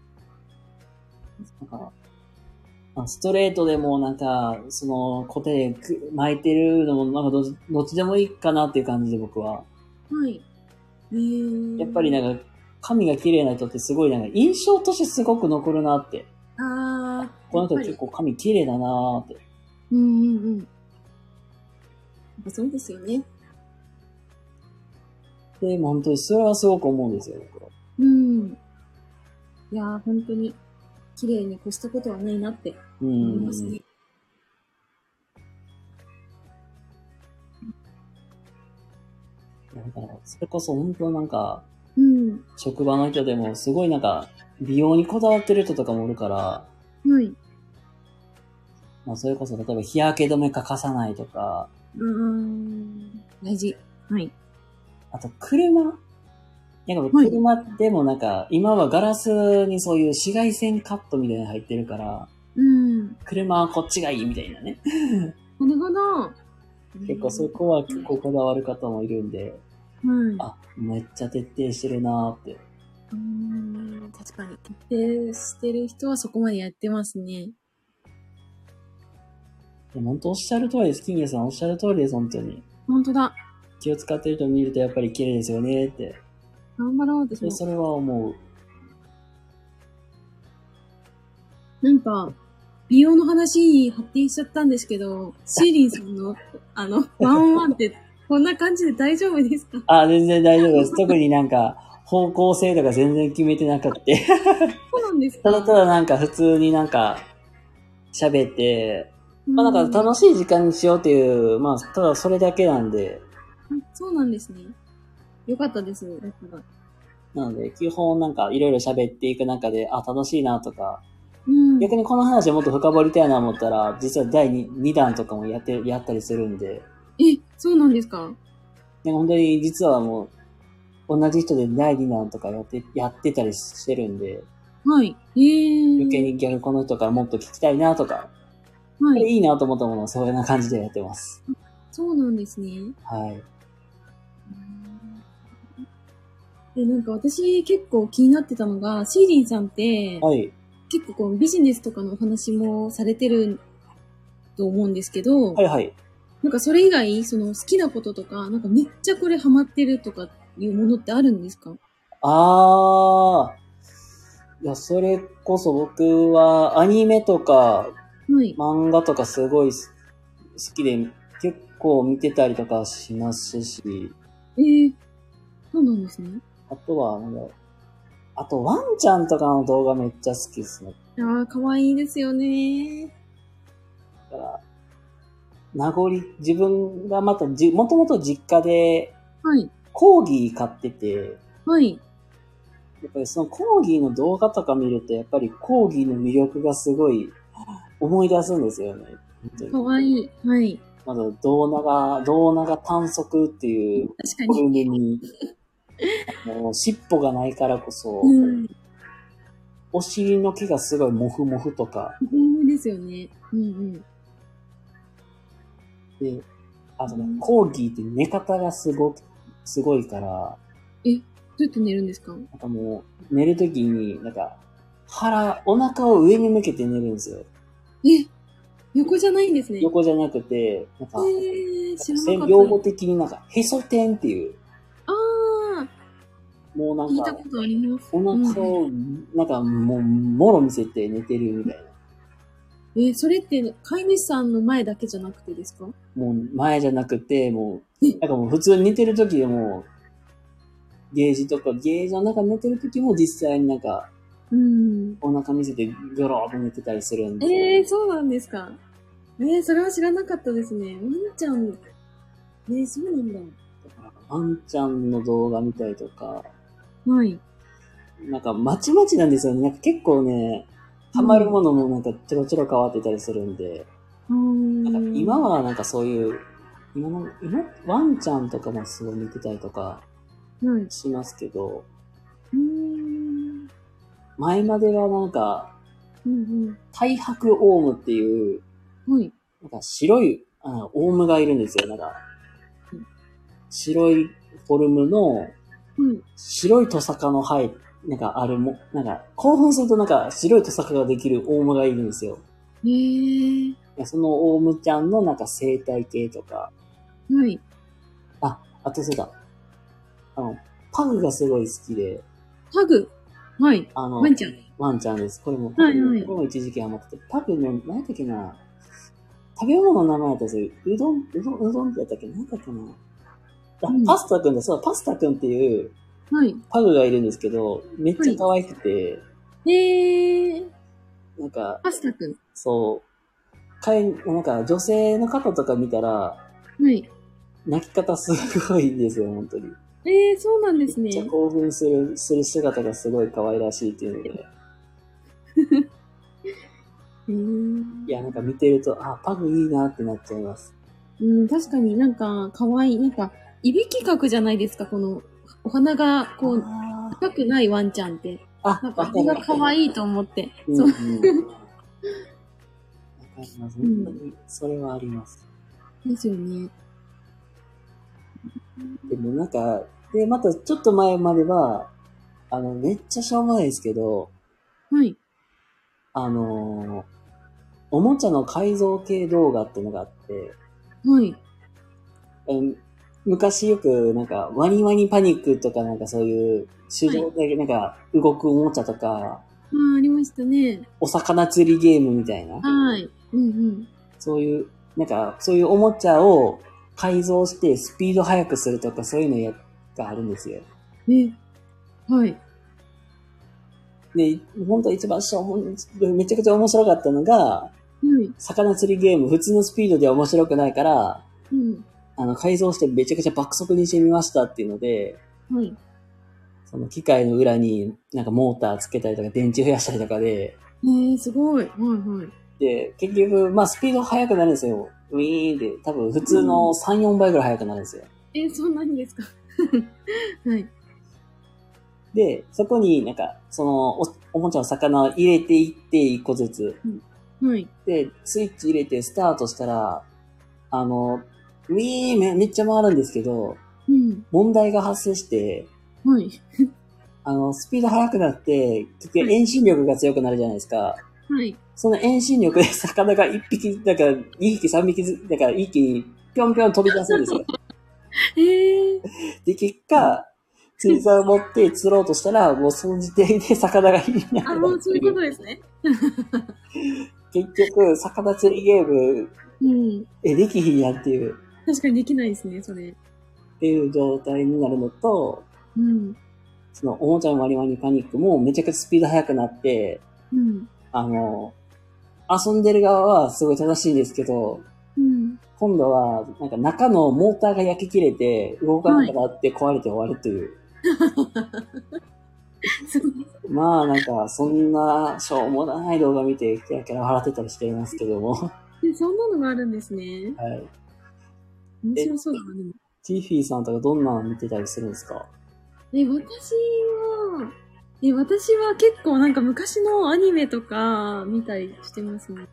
か、ストレートでもなんか、その、コテで巻いてるのもなんかどっちでもいいかなっていう感じで僕は。 はい。 やっぱりなんか、髪が綺麗な人ってすごいなんか印象としてすごく残るなって。この人結構髪綺麗だなーって。 そうですよね。 で、本当にそれはすごく思うんですよ、僕は。 いやー、本当に、綺麗に越したことはないなって思いますね。 だから、それこそ本当なんか、職場の人でもすごいなんか、美容にこだわってる人とかもおるから、 はい。 まあそれこそ例えば日焼け止め欠かさないとか、 大事。はい。 あと車なんか車でもなんか、今はガラスにそういう紫外線カットみたいなの入ってるから、車はこっちがいいみたいなね。 なるほど。 結構そこは結構こだわる方もいるんで、めっちゃ徹底してるなーって。 確かに。徹底してる人はそこまでやってますね。 本当おっしゃる通りです。金谷さんおっしゃる通りです、本当に。 本当だ。 気を使ってる人見るとやっぱり綺麗ですよねって。 頑張ろうですね。 それは思う。 なんか、美容の話に発展しちゃったんですけど、シーリンさんの、ワンワンってこんな感じで大丈夫ですか？ 全然大丈夫です。特になんか、方向性とか全然決めてなくて。 そうなんですか？ ただなんか普通になんか、喋って、なんか楽しい時間にしようっていう、ただそれだけなんで。 そうなんですね。よかったです。 なので、基本なんかいろいろ喋っていく中で、楽しいなとか、逆にこの話をもっと深掘りたいな思ったら、実は第 2弾とかもやったりするんで。 そうなんですか？ 本当に実はもう、同じ人で第2弾とかやってたりしてるんで。 はい。 余計に逆この人からもっと聞きたいなとか。はい。いいなと思ったものをそういうな感じでやってます。 そうなんですね。 はい。 なんか私結構気になってたのが、シーリンさんって、はい。結構こうビジネスとかのお話もされてると思うんですけど、 はいはい。 なんかそれ以外、その好きなこととか、なんかめっちゃこれハマってるとかいうものってあるんですか？ いや、それこそ僕はアニメとか、漫画とかすごい好きで結構見てたりとかしますし。 そうなんですね。 あとは、あとワンちゃんとかの動画めっちゃ好きですね。 かわいいですよね。 だから、自分がまたもともと実家で、コーギー飼ってて、やっぱりそのコーギーの動画とか見ると、やっぱりコーギーの魅力がすごい思い出すんですよね。 かわいい。はい。 まだ胴長短足っていうフォルムに、尻尾がないからこそ、お尻の毛がすごいモフモフとか。 ですよね。 で、コーギーって寝方がすごいから。 どうやって寝るんですか？ なんかもう、寝るときに、なんか、お腹を上に向けて寝るんですよ。 横じゃないんですね。 横じゃなくて、なんか、 知らなかった。 用語的になんか、へそ天っていう。 ああ。 もうなんか、 聞いたことあります。 お腹を、なんかもろ見せて寝てるみたいな。 それって、飼い主さんの前だけじゃなくてですか？ もう前じゃなくて、もう、なんかもう普通に寝てる時でも、ゲージの中に寝てる時も実際になんか、お腹見せてギョローと寝てたりするんで。そうなんですか。それは知らなかったですね。ワンちゃん、そうなんだ。 だからワンちゃんの動画見たりとか、 はい。 なんかまちまちなんですよね。なんか結構ね、ハマるものもなんかちょろちょろ変わってたりするんで、なんか今はなんかそういう、今ワンちゃんとかもすごい見てたりとかしますけど、前まではなんか、太白オウムっていう、なんか白いオウムがいるんですよ。なんか、白いフォルムの、白いトサカのなんかあるなんか興奮するとなんか白いトサカができるオウムがいるんですよ。そのオウムちゃんのなんか生態系とか。あとそうだ。パグがすごい好きで。 パグ？はい。ワンちゃん。 ワンちゃんです。これも、これも一時期ハマってて、パグの、何やったっけな。食べ物の名前だったんですよ。うどんってやったっけ？何だっけな。パスタくんだ。そう、パスタくんっていう、パグがいるんですけど、めっちゃ可愛くて。なんか、 パスタくん。 そう。なんか女性の方とか見たら、泣き方すごいですよ、本当に。 そうなんですね。 めっちゃ興奮する姿がすごい可愛らしいっていうので。いや、なんか見てると、パグいいなってなっちゃいます。 確かになんか可愛い。なんか、いびきかくじゃないですか、この、お花が、こう、高くないワンちゃんって。なんか、あれが可愛いと思って。そう。わかります。本当に、それはあります。 ですよね。 でもなんか、で、またちょっと前までは、めっちゃしょうもないですけど、おもちゃの改造系動画っていうのがあって、昔よくなんかワニワニパニックとかなんかそういう手動でなんか動くおもちゃとか、 ありましたね。 お魚釣りゲームみたいな。そういう、なんかそういうおもちゃを改造してスピード速くするとかそういうのがあるんですよ。で、本当一番めちゃくちゃ面白かったのが、魚釣りゲーム普通のスピードでは面白くないから、改造してめちゃくちゃ爆速にしてみましたっていうので、その機械の裏になんかモーターつけたりとか電池増やしたりとかで、 すごい。 で、結局、スピード速くなるんですよ。ウィーンって、多分普通の3、4倍ぐらい速くなるんですよ。 そんなにですか？ で、そこになんか、そのおもちゃの魚を入れていって、一個ずつ。で、スイッチ入れてスタートしたら、ウィーンめっちゃ回るんですけど、問題が発生して、スピード速くなって、結局遠心力が強くなるじゃないですか。その遠心力で魚が1匹、だから2匹3匹だから一気にぴょんぴょん飛び出すんですよ。で、結果、釣り竿を持って釣ろうとしたら、もうその時点で魚がいなくなる。 もうそういうことですね。 結局、魚釣りゲーム、できひんやっていう。 確かにできないですね、それ。 っていう状態になるのと、そのおもちゃのワニワニパニックもめちゃくちゃスピード速くなって、遊んでる側はすごい正しいんですけど、今度は、なんか中のモーターが焼き切れて、動かなくなって壊れて終わるという。なんか、そんなしょうもない動画見て、キラキラ笑ってたりしていますけども。 そんなのがあるんですね。面白そうだね。 ティフィーさんとかどんなの見てたりするんですか？ 私は結構なんか昔のアニメとか見たりしてますね。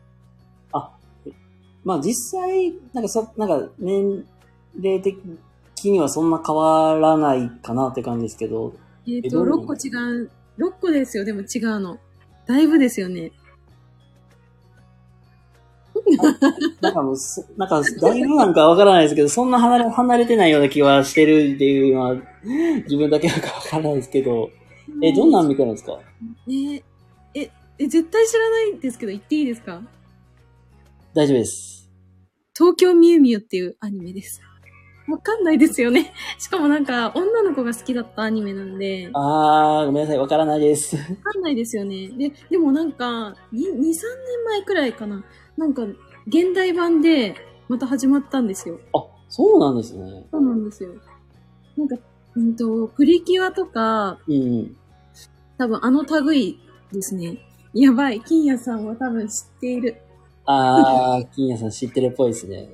実際、なんか年齢的にはそんな変わらないかなって感じですけど。 6個違う。6個ですよ、でも違うの。だいぶですよね。6 なんかもう、なんか、だいぶなんかわからないですけど、そんな離れてないような気はしてるっていうのは、自分だけなんかわからないですけど、どんなん見てるんですか？ 絶対知らないんですけど、言っていいですか？ 大丈夫です。 東京ミュウミュウっていうアニメです。わかんないですよね。しかもなんか、女の子が好きだったアニメなんで。 ごめんなさい、わからないです。 わかんないですよね。でもなんか、2、3年前くらいかな。なんか、現代版で、また始まったんですよ。 あ、そうなんですね。 そうなんですよ。なんか、プリキュアとか、多分あの類ですね。やばい、金谷さんは多分知っている。 金谷さん知ってるっぽいですね。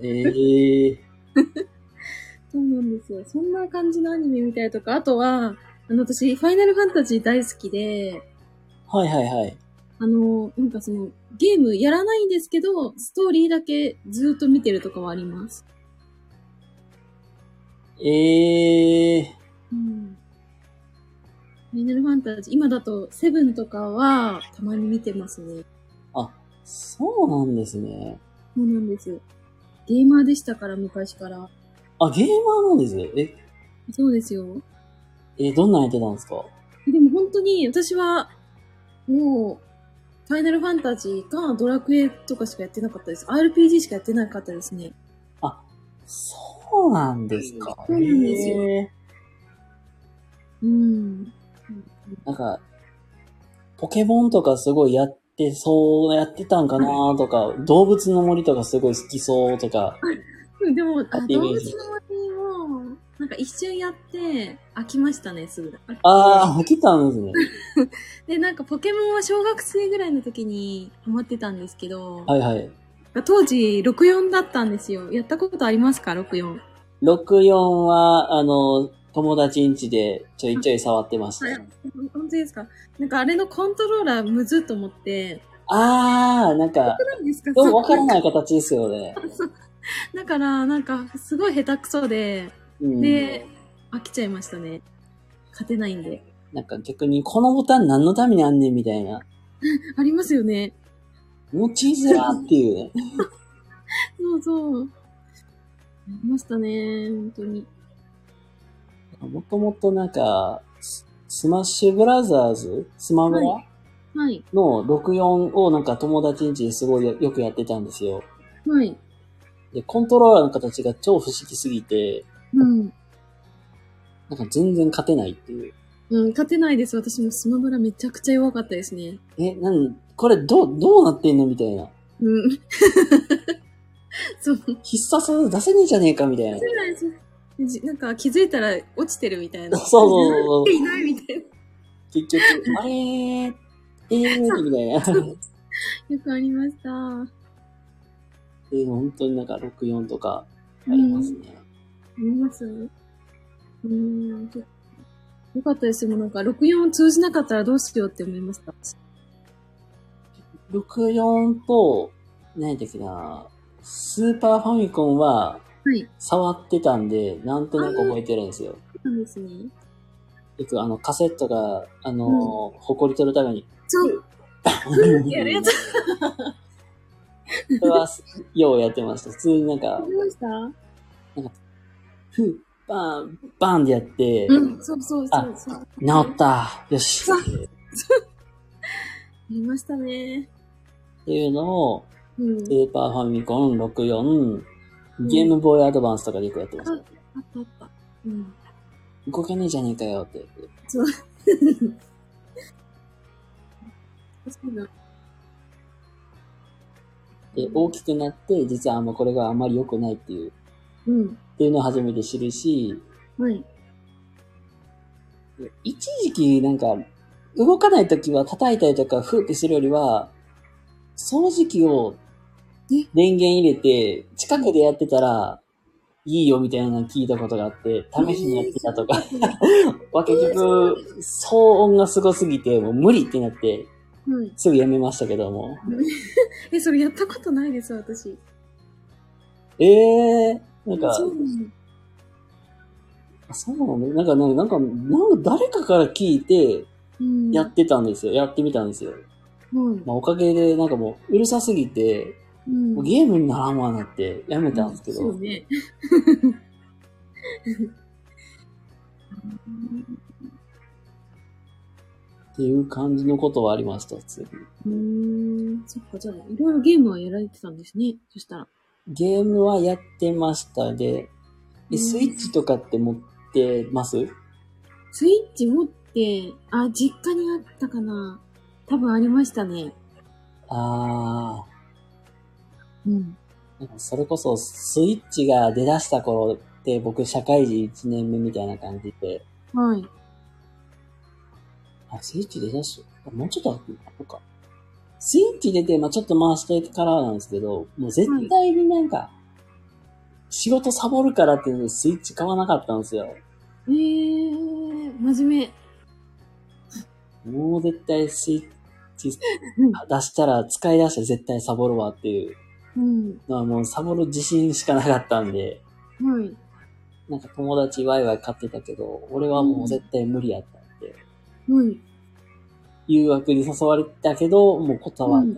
そうなんですよ。そんな感じのアニメ見たりとか、あとは、私、ファイナルファンタジー大好きで、 はいはいはい。 なんかその、ゲームやらないんですけど、ストーリーだけずっと見てるとかはあります。ファイナルファンタジー、今だと、セブンとかは、たまに見てますね。 あ、そうなんですね。 そうなんですよ。ゲーマーでしたから、昔から。 ゲーマーなんですね。 そうですよ。 どんなんやってたんですか？ でも本当に、私は、もう、ファイナルファンタジーかドラクエとかしかやってなかったです。RPG しかやってなかったですね。 そうなんですか。 そうなんですよ。 なんか、ポケモンとかすごいやってたんかなとか、動物の森とかすごい好きそうとか。 でも、動物の森も、なんか一瞬やって、飽きましたね、すぐ。 飽きたんですね。 で、なんかポケモンは小学生ぐらいの時にハマってたんですけど、 はいはい。 当時、64だったんですよ。やったことありますか ?64。 64は、友達ん家でちょいちょい触ってました。 本当ですか？なんかあれのコントローラーむずっと思って。 なんか、どうもわからない形ですよね。 だから、なんか、すごい下手くそで、で、飽きちゃいましたね。勝てないんで。 なんか逆に、このボタン何のためにあんねんみたいな。 ありますよね。 持ちづらっていうね。 そうそう。ありましたね、本当に。 もともとなんか、スマッシュブラザーズスマブラ、の64をなんか友達ん家ですごいよくやってたんですよ。 はい。 で、コントローラーの形が超不思議すぎて、なんか全然勝てないっていう。 勝てないです。私もスマブラめちゃくちゃ弱かったですね。 これどうなってんのみたいな。 そう。 必殺出せねえじゃねえかみたいな。 なんか気づいたら落ちてるみたいな。 そう。 いないみたいな。 結局、あれー、みたいな。 よくありました。 本当になんか64とかありますね。 ありますよかったですよ。なんか64通じなかったらどうしようって思いました。 64と、何だっけな、スーパーファミコンは、触ってたんで、なんとなく覚えてるんですよ。 そうなんですね。 よくカセットが、ほこり取るために。 そう。やるやつ。 それは、ようやってました。普通になんか、なんか、バーンってやって、 そう。 治ったよしやりましたね。 っていうのを、スーパーファミコン64、ゲームボーイアドバンスとかでよくやってました。 あった。 動けねえじゃねえかよって。 そう。 で、大きくなって、実はこれがあまり良くないっていう、っていうのを初めて知るし、一時期なんか、動かないときは叩いたりとか、フーってするよりは、掃除機を電源入れて、近くでやってたら、いいよみたいなの聞いたことがあって、試しにやってたとか。結局、騒音がすごすぎて、もう無理ってなって、すぐやめましたけども。 それやったことないです、私。 なんか、そうなのね。なんか誰かから聞いて、やってみたんですよ。おかげで、なんかもう、うるさすぎて、 もうゲームにならんわなってやめたんですけど。 そうね。 っていう感じのことはありました、普通に。そっか、じゃあ、いろいろゲームはやられてたんですね。そしたら。 ゲームはやってましたで、スイッチとかって持ってます？ スイッチ持って、実家にあったかな。多分ありましたね。 それこそスイッチが出だした頃って僕社会人1年目みたいな感じで。 はい。 スイッチ出だし、もうちょっと後か。スイッチ出て、ちょっと回してからなんですけど、もう絶対になんか、仕事サボるからっていうのでスイッチ買わなかったんですよ。 真面目。 もう絶対スイッチ出したら、使い出したら絶対サボるわっていうのはもうサボる自信しかなかったんで、なんか友達ワイワイ買ってたけど、俺はもう絶対無理やったんで、誘惑に誘われたけど、もう断って。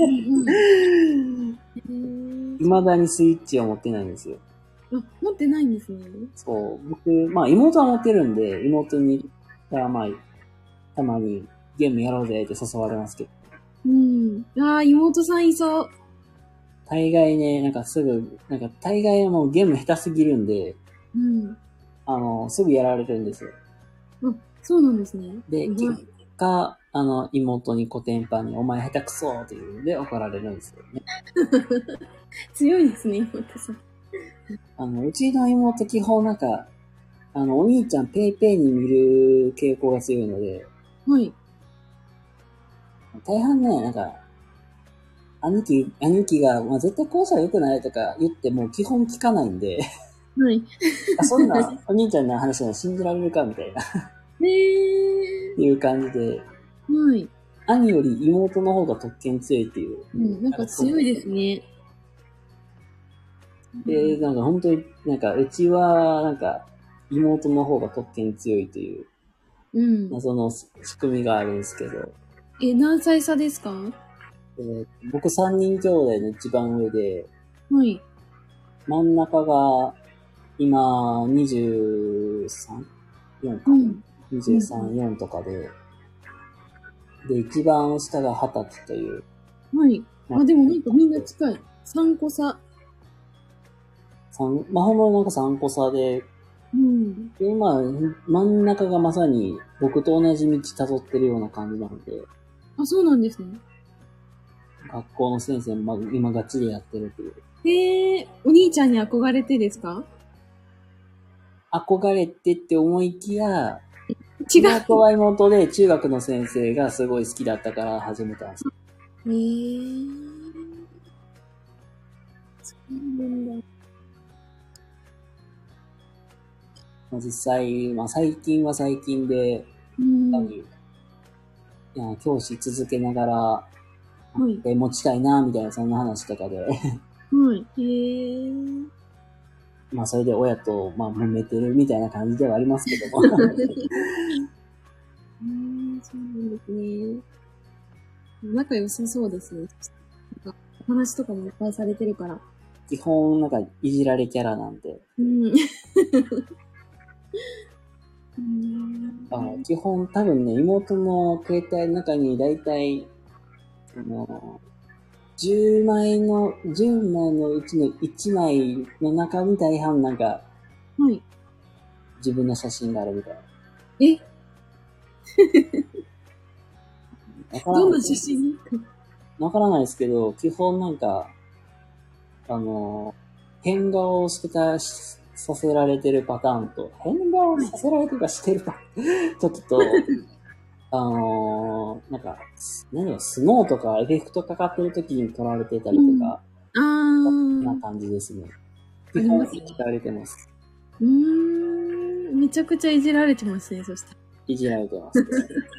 未だにスイッチを持ってないんですよ。 持ってないんですね。 そう。僕、妹は持ってるんで、妹に、たまにゲームやろうぜって誘われますけど。 妹さんいそう。 大概ね、大概はもうゲーム下手すぎるんで、すぐやられるんですよ。 そうなんですね。 で、結果、妹にコテンパンにお前下手くそって言うんで怒られるんですよね。 強いですね、妹さん。 うちの妹基本お兄ちゃんペイペイに見る傾向が強いので、大半ね、兄貴が、絶対こうしたら良くないとか言っても基本聞かないんで、そんなお兄ちゃんの話は信じられるかみたいないう感じで、兄より妹の方が特権強いっていう。 強いですね。 で、本当に、うちは、妹の方が特権強いという、謎の仕組みがあるんですけど。 何歳差ですか？ 僕3人兄弟の一番上で、真ん中が今23、4か。23、4とかで、一番下が20歳という。 でもみんな近い。3個差。 ほんま3個差で、今、真ん中がまさに僕と同じ道辿ってるような感じなので。 そうなんですね。 学校の先生も今ガチでやってるっていう。 お兄ちゃんに憧れてですか？ 憧れてって思いきや、 違う。 妹は妹で中学の先生がすごい好きだったから始めたんです。そうなんだ。実際、最近は最近で、教師続けながら、持ちたいな、みたいな、そんな話とかで。それで親と、揉めてるみたいな感じではありますけども。そうなんですね。仲良さそうですね。お話とかもいっぱいされてるから。 基本、いじられキャラなんで。基本多分ね、妹の携帯の中にだいたい、10枚のうちの1枚の中に大半自分の写真があるみたいな。 どんな写真？ わからないですけど、基本変顔をさせられてるパターンと、変顔させられてるかしてるか時と、スノーとかエフェクトかかってる時に撮られてたりとか、そんな感じですね。基本いじられてます。 めちゃくちゃいじられてますね、そしたら。 いじられてます、ね。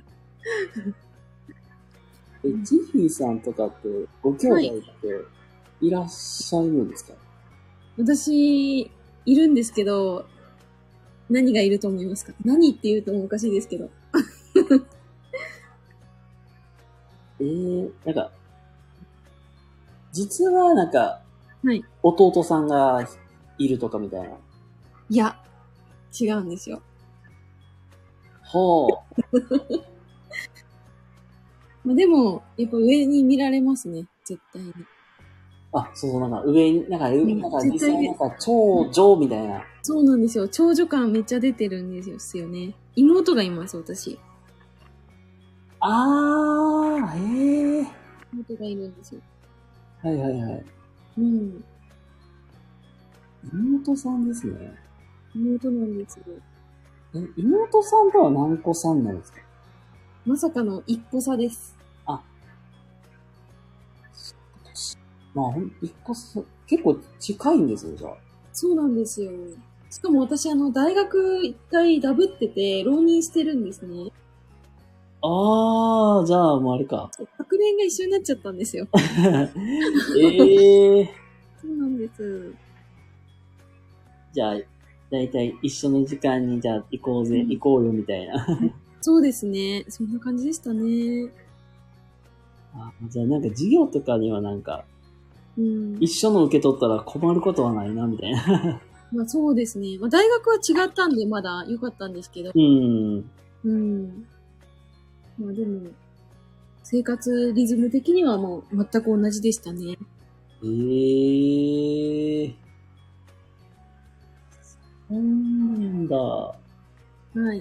ジッフィーさんとかって、ご兄弟っていらっしゃるんですか？ 私、いるんですけど、何がいると思いますか？何って言うとおかしいですけど。 実はなんか、 はい。 弟さんがいるとかみたいな。 いや、違うんですよ。 ほう。 まあでも、やっぱ上に見られますね。絶対に。 あ、そうそう、なんか上に、なんか実際なんか長女みたいな。 そうなんですよ。長女感めっちゃ出てるんですよね。妹がいます、私。 あー、へえ。 妹がいるんですよ。 はいはいはい。 うん。 妹さんですね。 妹なんですよ。 妹さんとは何個さんなんですか？ まさかの一個差です。 あ、まあ、一個さ、結構近いんですよ、じゃあ。 そうなんですよ。しかも私、大学一回ダブってて、浪人してるんですね。 あー、じゃあもうあれか。 学年が一緒になっちゃったんですよ。 ええー。 そうなんです。 じゃあ、だいたい一緒の時間にじゃあ行こうぜ、行こうよみたいな。 そうですね。そんな感じでしたね。 あ、じゃあなんか授業とかにはなんか、 うん。 一緒の受け取ったら困ることはないな、みたいな。 まあそうですね。まあ大学は違ったんでまだ良かったんですけど。 うん。 うん。まあでも、生活リズム的にはもう全く同じでしたね。 ええー。そんなんだ。 はい。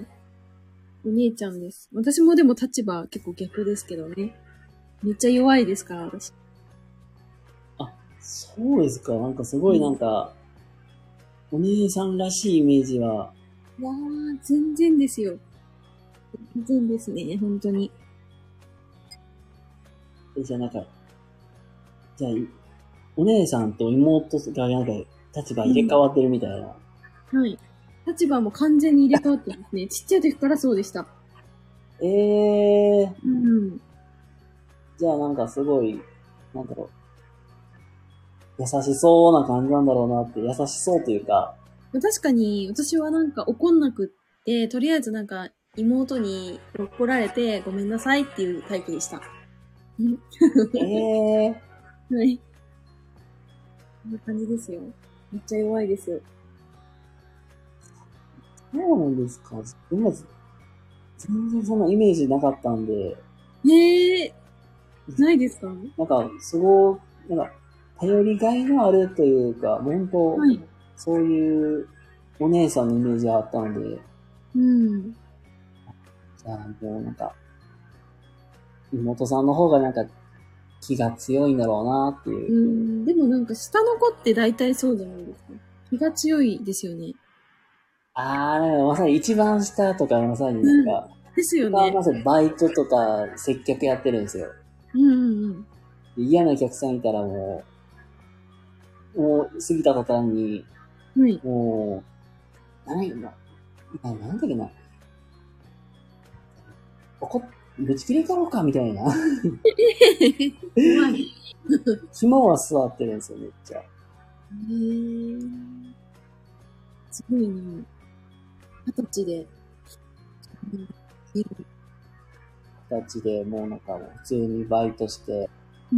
お姉ちゃんです。私もでも立場結構逆ですけどね。めっちゃ弱いですから、私。 あ、そうですか。なんかすごいなんか、お姉さんらしいイメージは。 いやー、全然ですよ。全然ですね、本当に。 じゃあなんか、じゃあ、お姉さんと妹がなんか立場入れ替わってるみたいな。 はい。立場も完全に入れ替わってますね。ちっちゃい時からそうでした。 ええー。 うん。 じゃあなんかすごい、なんだろう。優しそうな感じなんだろうなって、優しそうというか。 確かに、私はなんか怒んなくって、とりあえずなんか妹に怒られてごめんなさいっていうタイプでした。 ええー。 はい。こんな感じですよ。めっちゃ弱いです。 そうなんですか。今、全然そんなイメージなかったんで。 ないですか？ なんか、なんか、頼りがいのあるというか、本当、 はい。 そういうお姉さんのイメージがあったので、 うん。 じゃあもうなんか、妹さんの方がなんか気が強いんだろうなっていう。 でもなんか下の子って大体そうじゃないですか。気が強いですよね。 あー、まさに一番下とかまさになんうん。 か、 ですよね。 まさにバイトとか接客やってるんですよ。 うんうんうん。 で嫌なお客さんいたらもう過ぎた途端に、 はい。 もう、なんだっけな、ぶち切れたろうかみたいな。 怖い。 紐は座ってるんですよ、めっちゃ。 すごいな。20歳で。 形で、もうなんかもう普通にバイトして、 うん。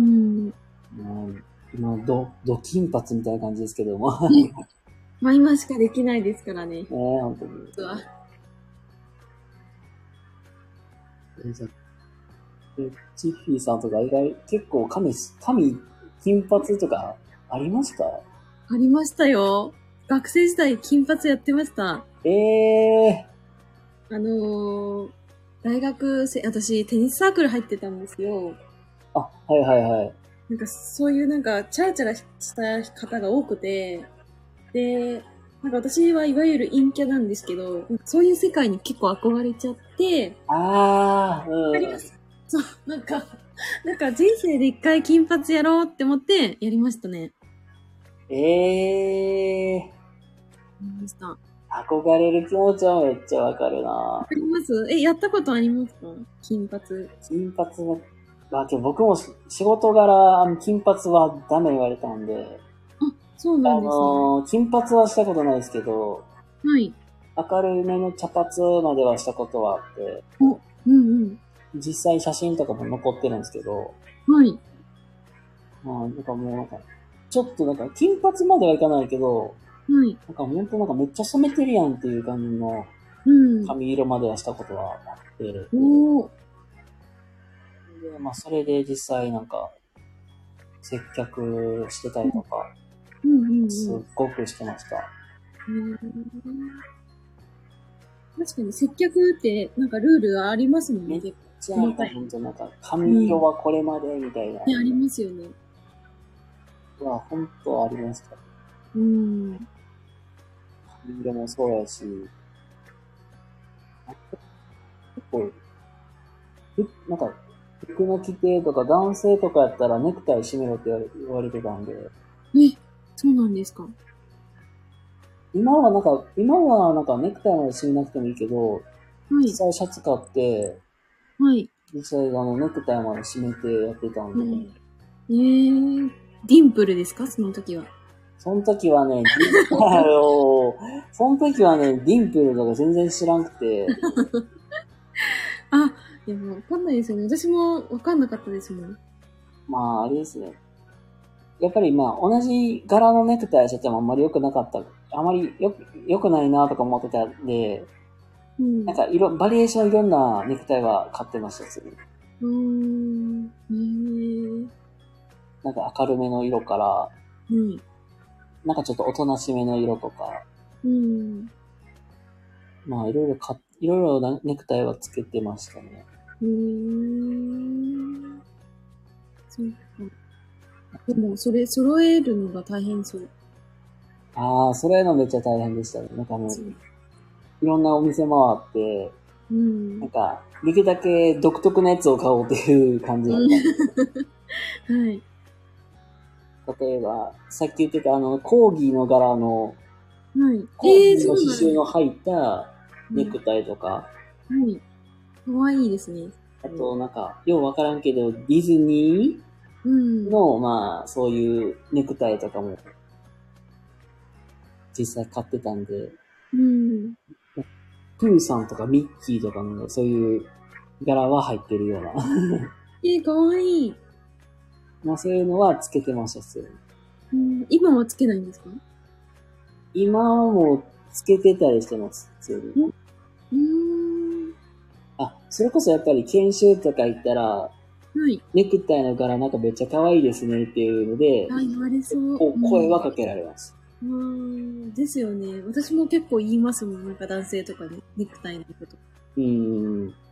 もう、今、ド金髪みたいな感じですけども。 まあ今しかできないですからね。 本当に。 うわ。 じゃチッフィーさんとか結構金髪とかありますか？ ありましたよ。学生時代金髪やってました。 ええ大学生、私テニスサークル入ってたんですよ。 ー。あ、はいはいはい。 なんかそういうなんかチャラチャラした方が多くて、で、なんか私はいわゆる陰キャなんですけど、そういう世界に結構憧れちゃって、 あー、 あります。そう、なんか人生で一回金髪やろうって思ってやりましたね。 ええやりました。わー。憧れる気持ちはめっちゃわかるな。 かります？やったことありますか？金髪。 金髪は、まあ、けど僕も仕事柄、金髪はダメ言われたんで、 あ、そうなんですね。 金髪はしたことないですけど、 はい。 明るいめの茶髪まではしたことはあって、 うんうん。 実際写真とかも残ってるんですけど、 はい。 まあ、なんかもうなんか、ちょっとなんか、金髪まではいかないけど、 はい。 なんかほんとなんかめっちゃ染めてるやんっていう感じのうん。 髪色まではしたことはあって、 おー。 で、まあそれで実際なんか、接客してたりとか、 うんうんすっうん。 ごくしてました。 うん。確かに接客ってなんかルールありますもんね、 めっ結ちゃ、 構。細かい。 ほんとなんか、 うん。 髪色はこれまでみたいな、 ね、ありますよね。 はほんとありました。 うん。 髪色もそうやし、結構、なんか、服の規定とか男性とかやったらネクタイ締めろって言われてたんで、 え、そうなんですか。は今はなんかネクタイまで締めなくてもいいけど、実い。 際シャツ買って、 はい。 実際ネクタイまで締めてやってたんで、 うん。ディンプルですかその時は。 その時はね、その時はね、ディンプルとか全然知らんくて、 あ、いやもうわかんないですよね。私もわかんなかったですもん。 まあ、あれですね。やっぱりまあ、同じ柄のネクタイしててもあんまり良くなかった。あまり良くないなとか思ってたんで、 うん。 なんかバリエーションいろんなネクタイは買ってました、すぐ。 うーん。 なんか明るめの色から、 うん。 なんかちょっとおとなしめの色とか、 うん。 まあいろいろなネクタイはつけてましたね。 うーん。そうか。でも、それ揃えるのが大変そう。 ああ、それのめっちゃ大変でしたね。なんかもう、 そう。 いろんなお店回って、 うん。 なんか、できるだけ独特なやつを買おうっていう感じだったんですよ。 はい。 例えば、さっき言ってたコーギーの柄の、 はい。 コーギーのそう刺繍のなんです。 入ったうん。 ネクタイとか、 はい。かわいいですね。 あとなんか、ようわからんけど、ディズニうん。 ーの、まあ、そういうネクタイとかも実際買ってたんで、 うん。 プーさんとかミッキーとかのそういう柄は入ってるような。 かわいい。 まあそういうのはつけてました、普通に。 うん。今はつけないんですか？ 今もつけてたりしてます、普通に。 うん。 あ、それこそやっぱり研修とか行ったら、 はい。 ネクタイの柄なんかめっちゃ可愛いですねっていうので、 あ、言われそう。 こう声はかけられます。 ですよね。私も結構言いますもん。なんか男性とかに、ネクタイのこと。 うーん。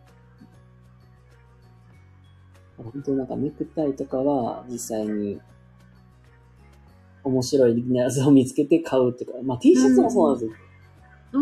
本当になんかネクタイとかは実際に面白いやつを見つけて買うとか、まあ T シャツもそうなんですよ。 うん。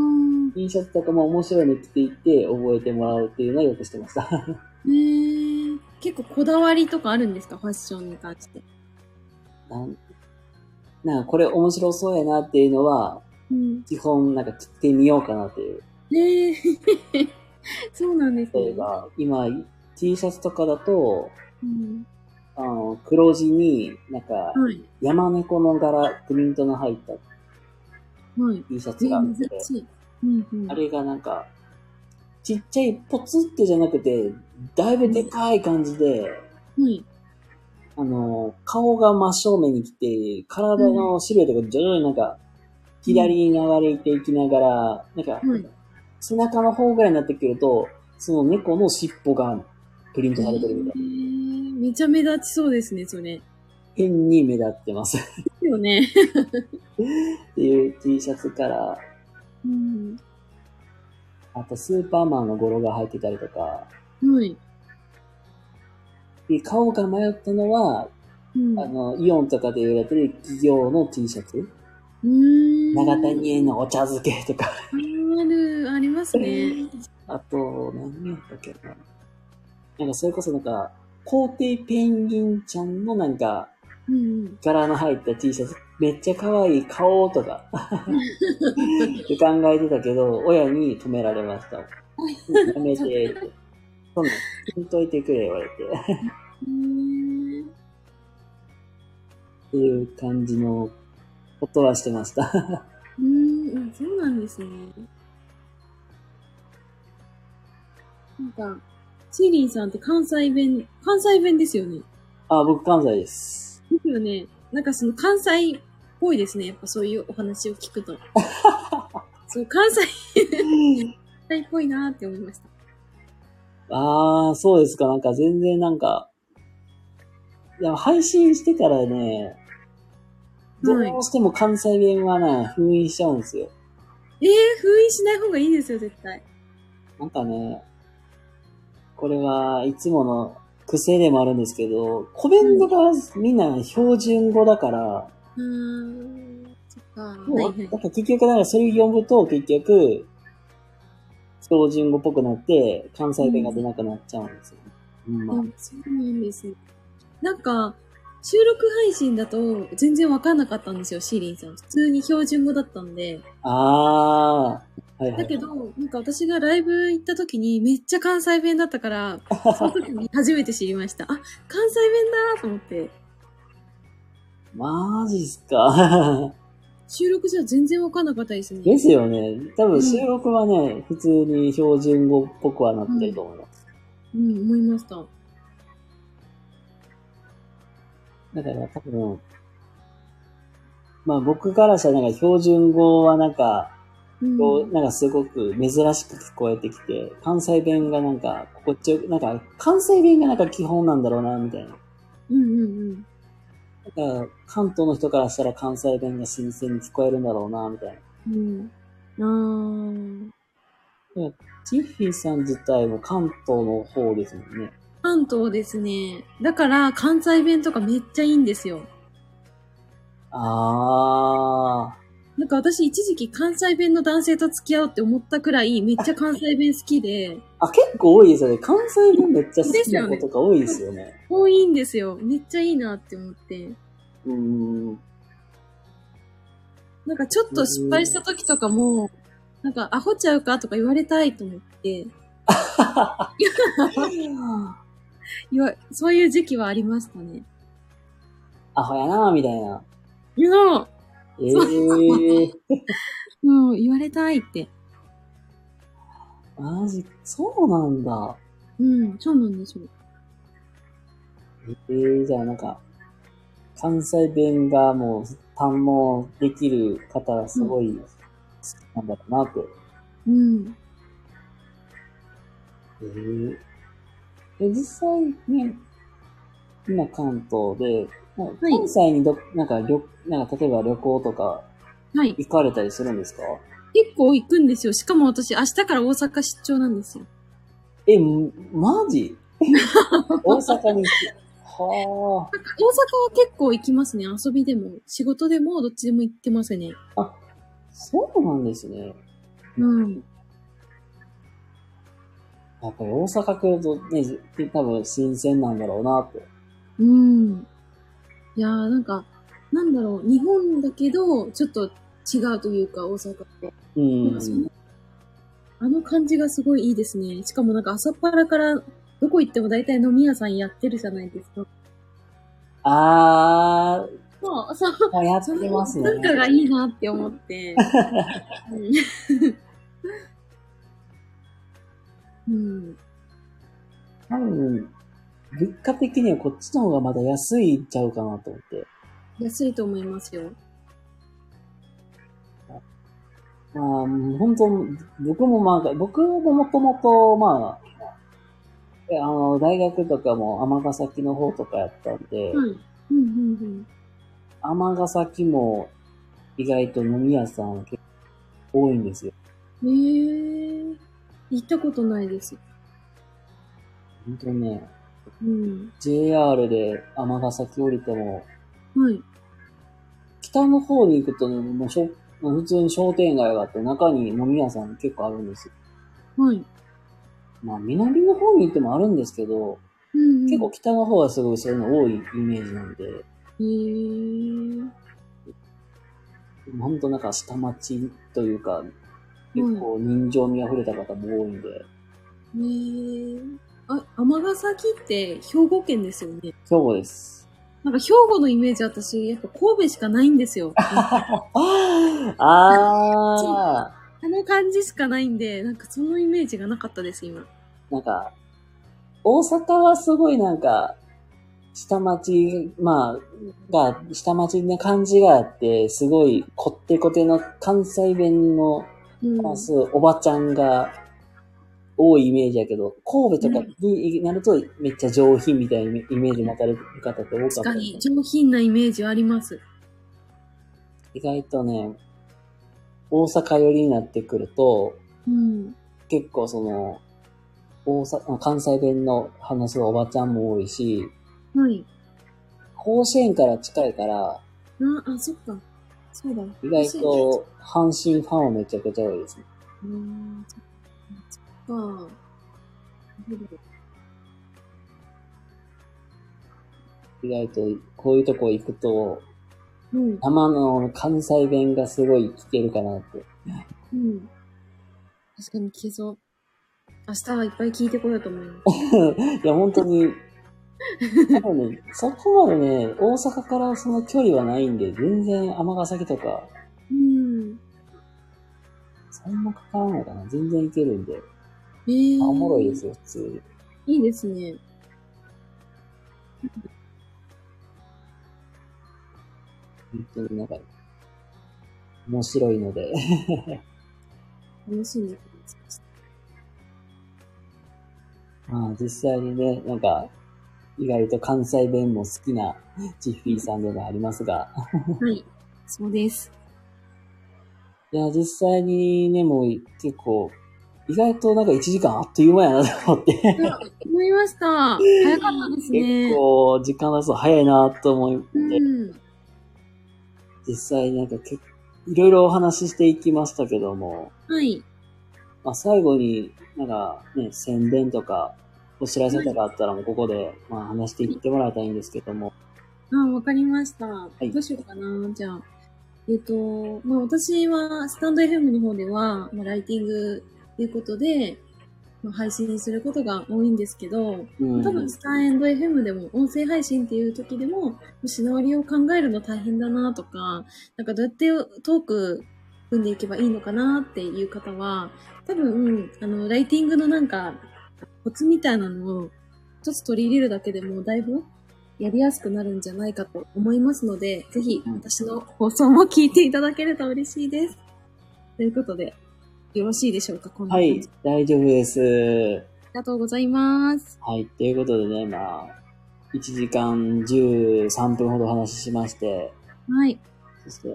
T シャツとかも面白いの着ていって覚えてもらうっていうのはよくしてました。 結構こだわりとかあるんですかファッションに関して。 なんなんかこれ面白そうやなっていうのは、 うん。 基本なんか着てみようかなっていう。 ねえそうなんですね。 例えば、今 T シャツとかだと、 うん。 黒地になんかはい。 山猫の柄、プリントの入ったはい。 T シャツがあって、 珍しい。うんうん。 あれがなんか、ちっちゃいポツってじゃなくて、だいぶでかい感じで、 はい。 顔が真正面に来て、体のシルエットが徐々になんか、左に流れていきながら、なんか、 はい。 背中の方ぐらいになってくると、その猫の尻尾がプリントされてるみたいな。 めちゃ目立ちそうですね、それ。 変に目立ってます。 ですよね。 っていう T シャツから、 うん。 あとスーパーマンの語呂が入ってたりとか、 はい。 で買おうか迷ったのは、 うん。 イオンとかで売られてる企業の T シャツ。長谷園のお茶漬けとか。 ありますね。 あと、何やったっけな。なんかそれこそなんか、皇帝ペンギンちゃんのなんか、柄の入った T シャツ、めっちゃ可愛い顔とかって考えてたけど、親に止められました。やめてって。そんなん、聞いといてくれ言われて。っていう感じのことはしてました。 そうなんですね。なんか、シーリンさんって関西弁ですよね。 あ、僕関西です。 ですよね。なんかその関西っぽいですね。やっぱそういうお話を聞くと。そう、関西っぽいなーって思いました。 ああ、そうですか。なんか全然なんか、いや、配信してからね、どうしても関西弁はね、封印しちゃうんですよ。 封印しない方がいいですよ、絶対。 なんかね、これはいつもの癖でもあるんですけど、コメントがみんな標準語だから、 そっか。 だから結局、なんかそれを読むと結局、標準語っぽくなって、関西弁が出なくなっちゃうんですよ、ね。 そうなんですね。なんか、収録配信だと全然わかんなかったんですよ、シーリンさん。普通に標準語だったんで。 はいはい。 だけど、なんか私がライブ行った時にめっちゃ関西弁だったから、その時に初めて知りました。あ、関西弁だと思って。 マジっすか。 収録じゃ全然わかんなかったですね。 ですよね。多分収録はね、普通に標準語っぽくはなってると思います。 思いました。 だから多分、まあ僕からしたらなんか標準語はなんか、なんかすごく珍しく聞こえてきて、関西弁がなんか、なんか関西弁がなんか基本なんだろうな、みたいな。だから関東の人からしたら関西弁が新鮮に聞こえるんだろうな、みたいな。チッフィーさん自体も関東の方ですもんね。 関東ですね。だから関西弁とかめっちゃいいんですよ。なんか私一時期関西弁の男性と付き合うって思ったくらいめっちゃ関西弁好きで。 結構多いですよね。関西弁めっちゃ好きな子とか多いですよね。 多いんですよ。めっちゃいいなって思って。なんかちょっと失敗した時とかも、なんかアホちゃうかとか言われたいと思って。そういう時期はありましたね。 アホやなみたいな。 もう言われたいって。 マジ、そうなんだ。 そうなんですよ。 じゃあなんか、関西弁がもう堪能できる方はすごい好きなんだろうなって。実際ね、今関東で、関西になんか例えば旅行とか、行かれたりするんですか？ 結構行くんですよ。しかも私明日から大阪出張なんですよ。 マジ？大阪に行く。はあ。大阪は結構行きますね。遊びでも、仕事でも、どっちでも行ってますね。 そうなんですね。やっぱり大阪来るとね、多分新鮮なんだろうなって。 いやーなんか、なんだろう、日本だけど、ちょっと違うというか、大阪って。あの感じがすごいいいですね。しかもなんか朝っぱらからどこ行っても大体飲み屋さんやってるじゃないですか。 そうやってますね。 文化がいいなって思って。 多分、物価的にはこっちの方がまだ安いんちゃうかなと思って。 安いと思いますよ。 本当、僕ももともと、大学とかも尼崎の方とかやったんで、尼崎も意外と飲み屋さん結構多いんですよ。 行ったことないです。 本当ね、JR で尼崎降りても、北の方に行くとね、もう普通に商店街があって中に飲み屋さん結構あるんですよ。南の方に行ってもあるんですけど、結構北の方はすごいそういうの多いイメージなんで。本当なんか下町というか、結構人情味あふれた方も多いんで。 尼崎って兵庫県ですよね。 兵庫です。 なんか兵庫のイメージ私、やっぱ神戸しかないんですよ。あの感じしかないんで、なんかそのイメージがなかったです、今。 なんか、大阪はすごいなんか、 下町、下町な感じがあって、すごいこってこての関西弁の話すおばちゃんが多いイメージやけど、神戸とかになるとめっちゃ上品みたいなイメージ持たれる方って多かった。 確かに上品なイメージあります。 意外とね、大阪寄りになってくると、結構関西弁の話すおばちゃんも多いし、 はい。 甲子園から近いから、 あ、そっか。そうだ。 意外と阪神ファンはめちゃくちゃ多いですね。 そっか。 意外とこういうとこ行くと、生の関西弁がすごい聞けるかなって。 確かに聞けそう。明日はいっぱい聞いてこようと思います。 いや、本当に、多分ね、そこまでね、大阪からその距離はないんで、全然尼崎とか、そんなかからないかな。全然行けるんで。おもろいですよ、普通に。 いいですね。 本当に面白いので。 楽しみ。 実際にね、意外と関西弁も好きなジッフィーさんでもありますが。 はい、そうです。 いや、実際にね、もう結構、意外と1時間あっという間やなと思って。 思いました。早かったですね。 結構、時間出すと早いなと思って。実際にいろいろお話ししていきましたけども。 はい。 最後に宣伝とか、お知らせとかあったらもうここで、話していってもらいたいんですけども。 わかりました。どうしようかな。じゃあ。私は、スタンド FM の方では、ライティングということで、配信することが多いんですけど、多分スタンド FM でも音声配信っていう時でも、シナリオを考えるの大変だなとか、どうやってトーク組んでいけばいいのかなっていう方は、多分、ライティングのコツみたいなのを一つ取り入れるだけでもだいぶやりやすくなるんじゃないかと思いますので、ぜひ私の放送も聞いていただけると嬉しいです。ということで、よろしいでしょうか、 はい、大丈夫です。 ありがとうございます。 はい、ということでね、1時間13分ほど話しまして、 はい。 そして、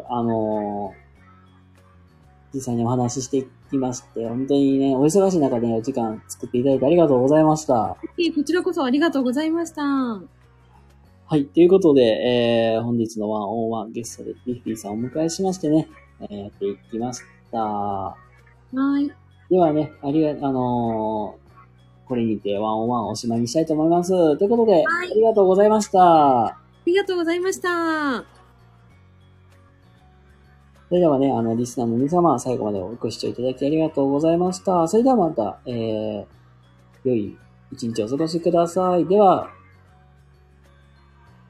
実際にお話ししてきまして、本当にね、お忙しい中でお時間作っていただいてありがとうございました。 こちらこそありがとうございました。はい、ということで、本日のワンオンワンゲストでリッフィーさんをお迎えしましてね、やっていきました。 はい。 ではね、これにてワンオンワンおしまいにしたいと思います。ということで、ありがとうございました。 ありがとうございました。 それではね、リスナーの皆様、最後までご視聴いただきありがとうございました。それではまた、良い一日をお過ごしください。では、